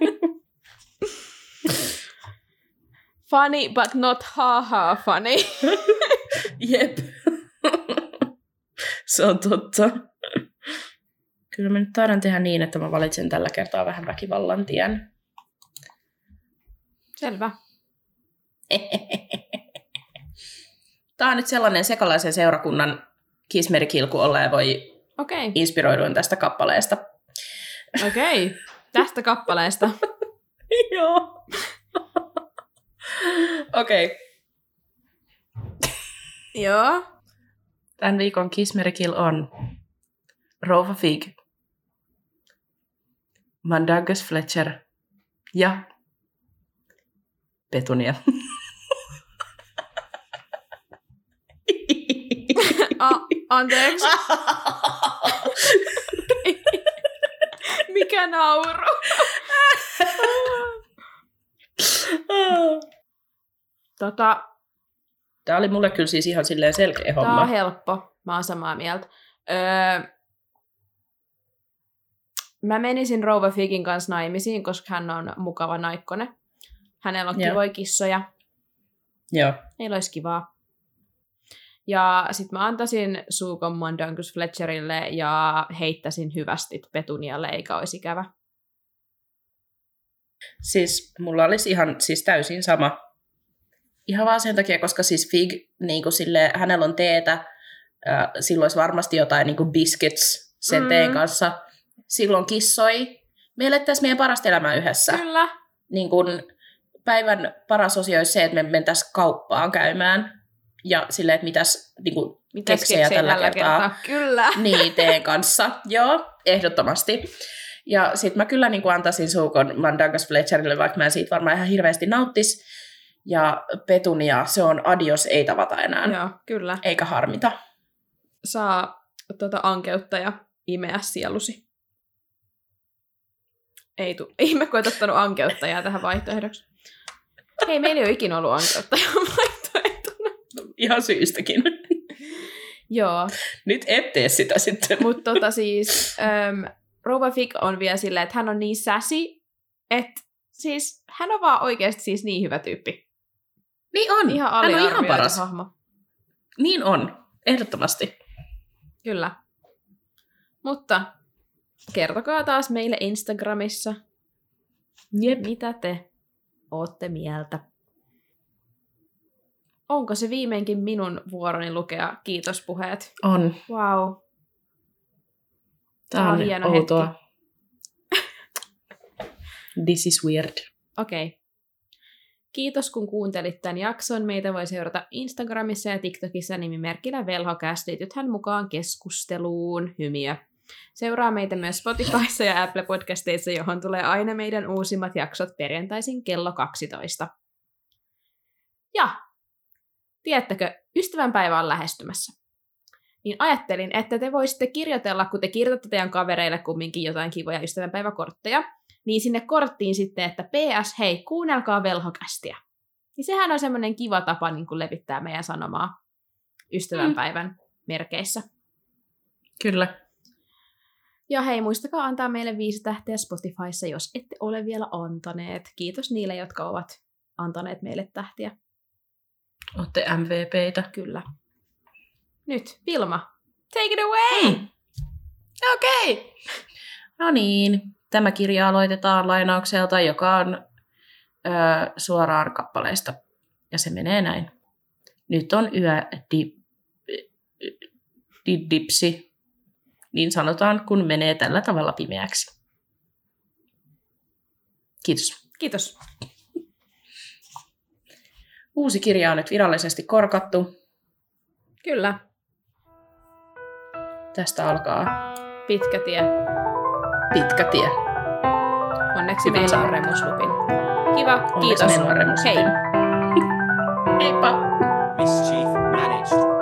Funny, but not haha funny. Jep. Se on totta. Kyllä mä nyt taidan tehdä niin, että mä valitsen tällä kertaa vähän väkivallan tien. Selvä. Tää on nyt sellainen sekalaisen seurakunnan kismerikilku olleen voi Okei. inspiroiduin tästä kappaleesta. Okei. Tästä kappaleesta. Joo. Okei. Okay. Joo. Tämän viikon kismerikill on Rova Fig, Mandagus Fletcher ja Petunia. A- anteeksi. Mikä nauru? tota, Tämä oli mulle kyllä siis ihan silleen selkeä homma. tää on helppo. Mä oon samaa mieltä. Öö, mä menisin Rova Figin kanssa naimisiin, koska hän on mukava naikkone. Hänellä on Joo. kivoja kissoja. Joo. Heillä olisi kivaa. Ja sit mä antaisin suukon Mandangus Fletcherille ja heittäisin hyvästit Petunialle, eikä olisi ikävä. Siis mulla olisi ihan siis täysin sama. Ihan vaan sen takia, koska siis Fig, niin kuin sille, hänellä on teetä, äh, silloin olisi varmasti jotain niin kuin biscuits sen Mm. teen kanssa. Silloin kissoi. Me elettäisiin meidän parasta elämää yhdessä. Kyllä. Niin kuin päivän paras osio olisi se, että me mentäisiin kauppaan käymään. Ja silleen, että mitäs, niin kuin Mitäs keksejä keksejä tällä tällä kertaa. kertaa? Kyllä. Niin, teen kanssa. Joo, ehdottomasti. Ja sit mä kyllä niin kuin antaisin suukon Mandangus Fletcherille, vaikka mä en siitä varmaan ihan hirveästi nauttisi. Ja Petunia, se on adios, ei tavata enää. Joo, kyllä. Eikä harmita. Saa tuota ankeutta ja imeä sielusi. Ei tu. Ihme, kun olet ottanut ankeuttajaa tähän vaihtoehdoksi. Hei, meillä ei ole ikinä ollut ankeuttajaa vaihtoehtona. Ihan syystäkin. Joo, Nyt et tee sitä sitten. mutta tota siis äm, Rova Fig on vielä silleen, että hän on niin säsi, että siis hän on vaan oikeasti siis niin hyvä tyyppi. Niin on. Ihan Hän on ihan aliarvioitu paras. hahmo. Niin on. Ehdottomasti. Kyllä. Mutta kertokaa taas meille Instagramissa, Jep. mitä te ootte mieltä. Onko se viimeinkin minun vuoroni lukea kiitospuheet? On. Wow. Tämä on hieno outoa. This is weird. Okei. Okay. Kiitos kun kuuntelit tämän jakson. Meitä voi seurata Instagramissa ja TikTokissa nimimerkillä velhocast. Liitythän mukaan keskusteluun. Hymiö. Seuraa meitä myös Spotifyssa ja Apple Podcasteissa, johon tulee aina meidän uusimmat jaksot perjantaisin kello kaksitoista. Ja, tiedättekö, ystävänpäivä on lähestymässä. Niin ajattelin, että te voisitte kirjoitella, kun te kirjoitatte teidän kavereille kumminkin jotain kivoja ystävänpäiväkortteja, niin sinne korttiin sitten, että P S, hei, kuunnelkaa velhokästiä. Niin sehän on semmoinen kiva tapa niin kuin levittää meidän sanomaa ystävänpäivän mm. merkeissä. Kyllä. Ja hei, muistakaa antaa meille viisi tähteä Spotifyssa, jos ette ole vielä antaneet. Kiitos niille, jotka ovat antaneet meille tähtiä. Olette M V P:itä. Kyllä. Nyt, Vilma, take it away! Hmm. Okei. Okay. No niin, tämä kirja aloitetaan lainaukselta, joka on ö, suoraan kappaleista. Ja se menee näin. Nyt on yö di, di, dipsi. Niin sanotaan, kun menee tällä tavalla pimeäksi. Kiitos. Kiitos. Uusi kirja on nyt virallisesti korkattu. Kyllä. Tästä alkaa pitkä tie. Pitkä tie. Onneksi Hyvä meillä on sana. Remuslupin. Kiva, Onneksi kiitos. meillä on Remuslupin. Hei. Heippa. Mischief managed.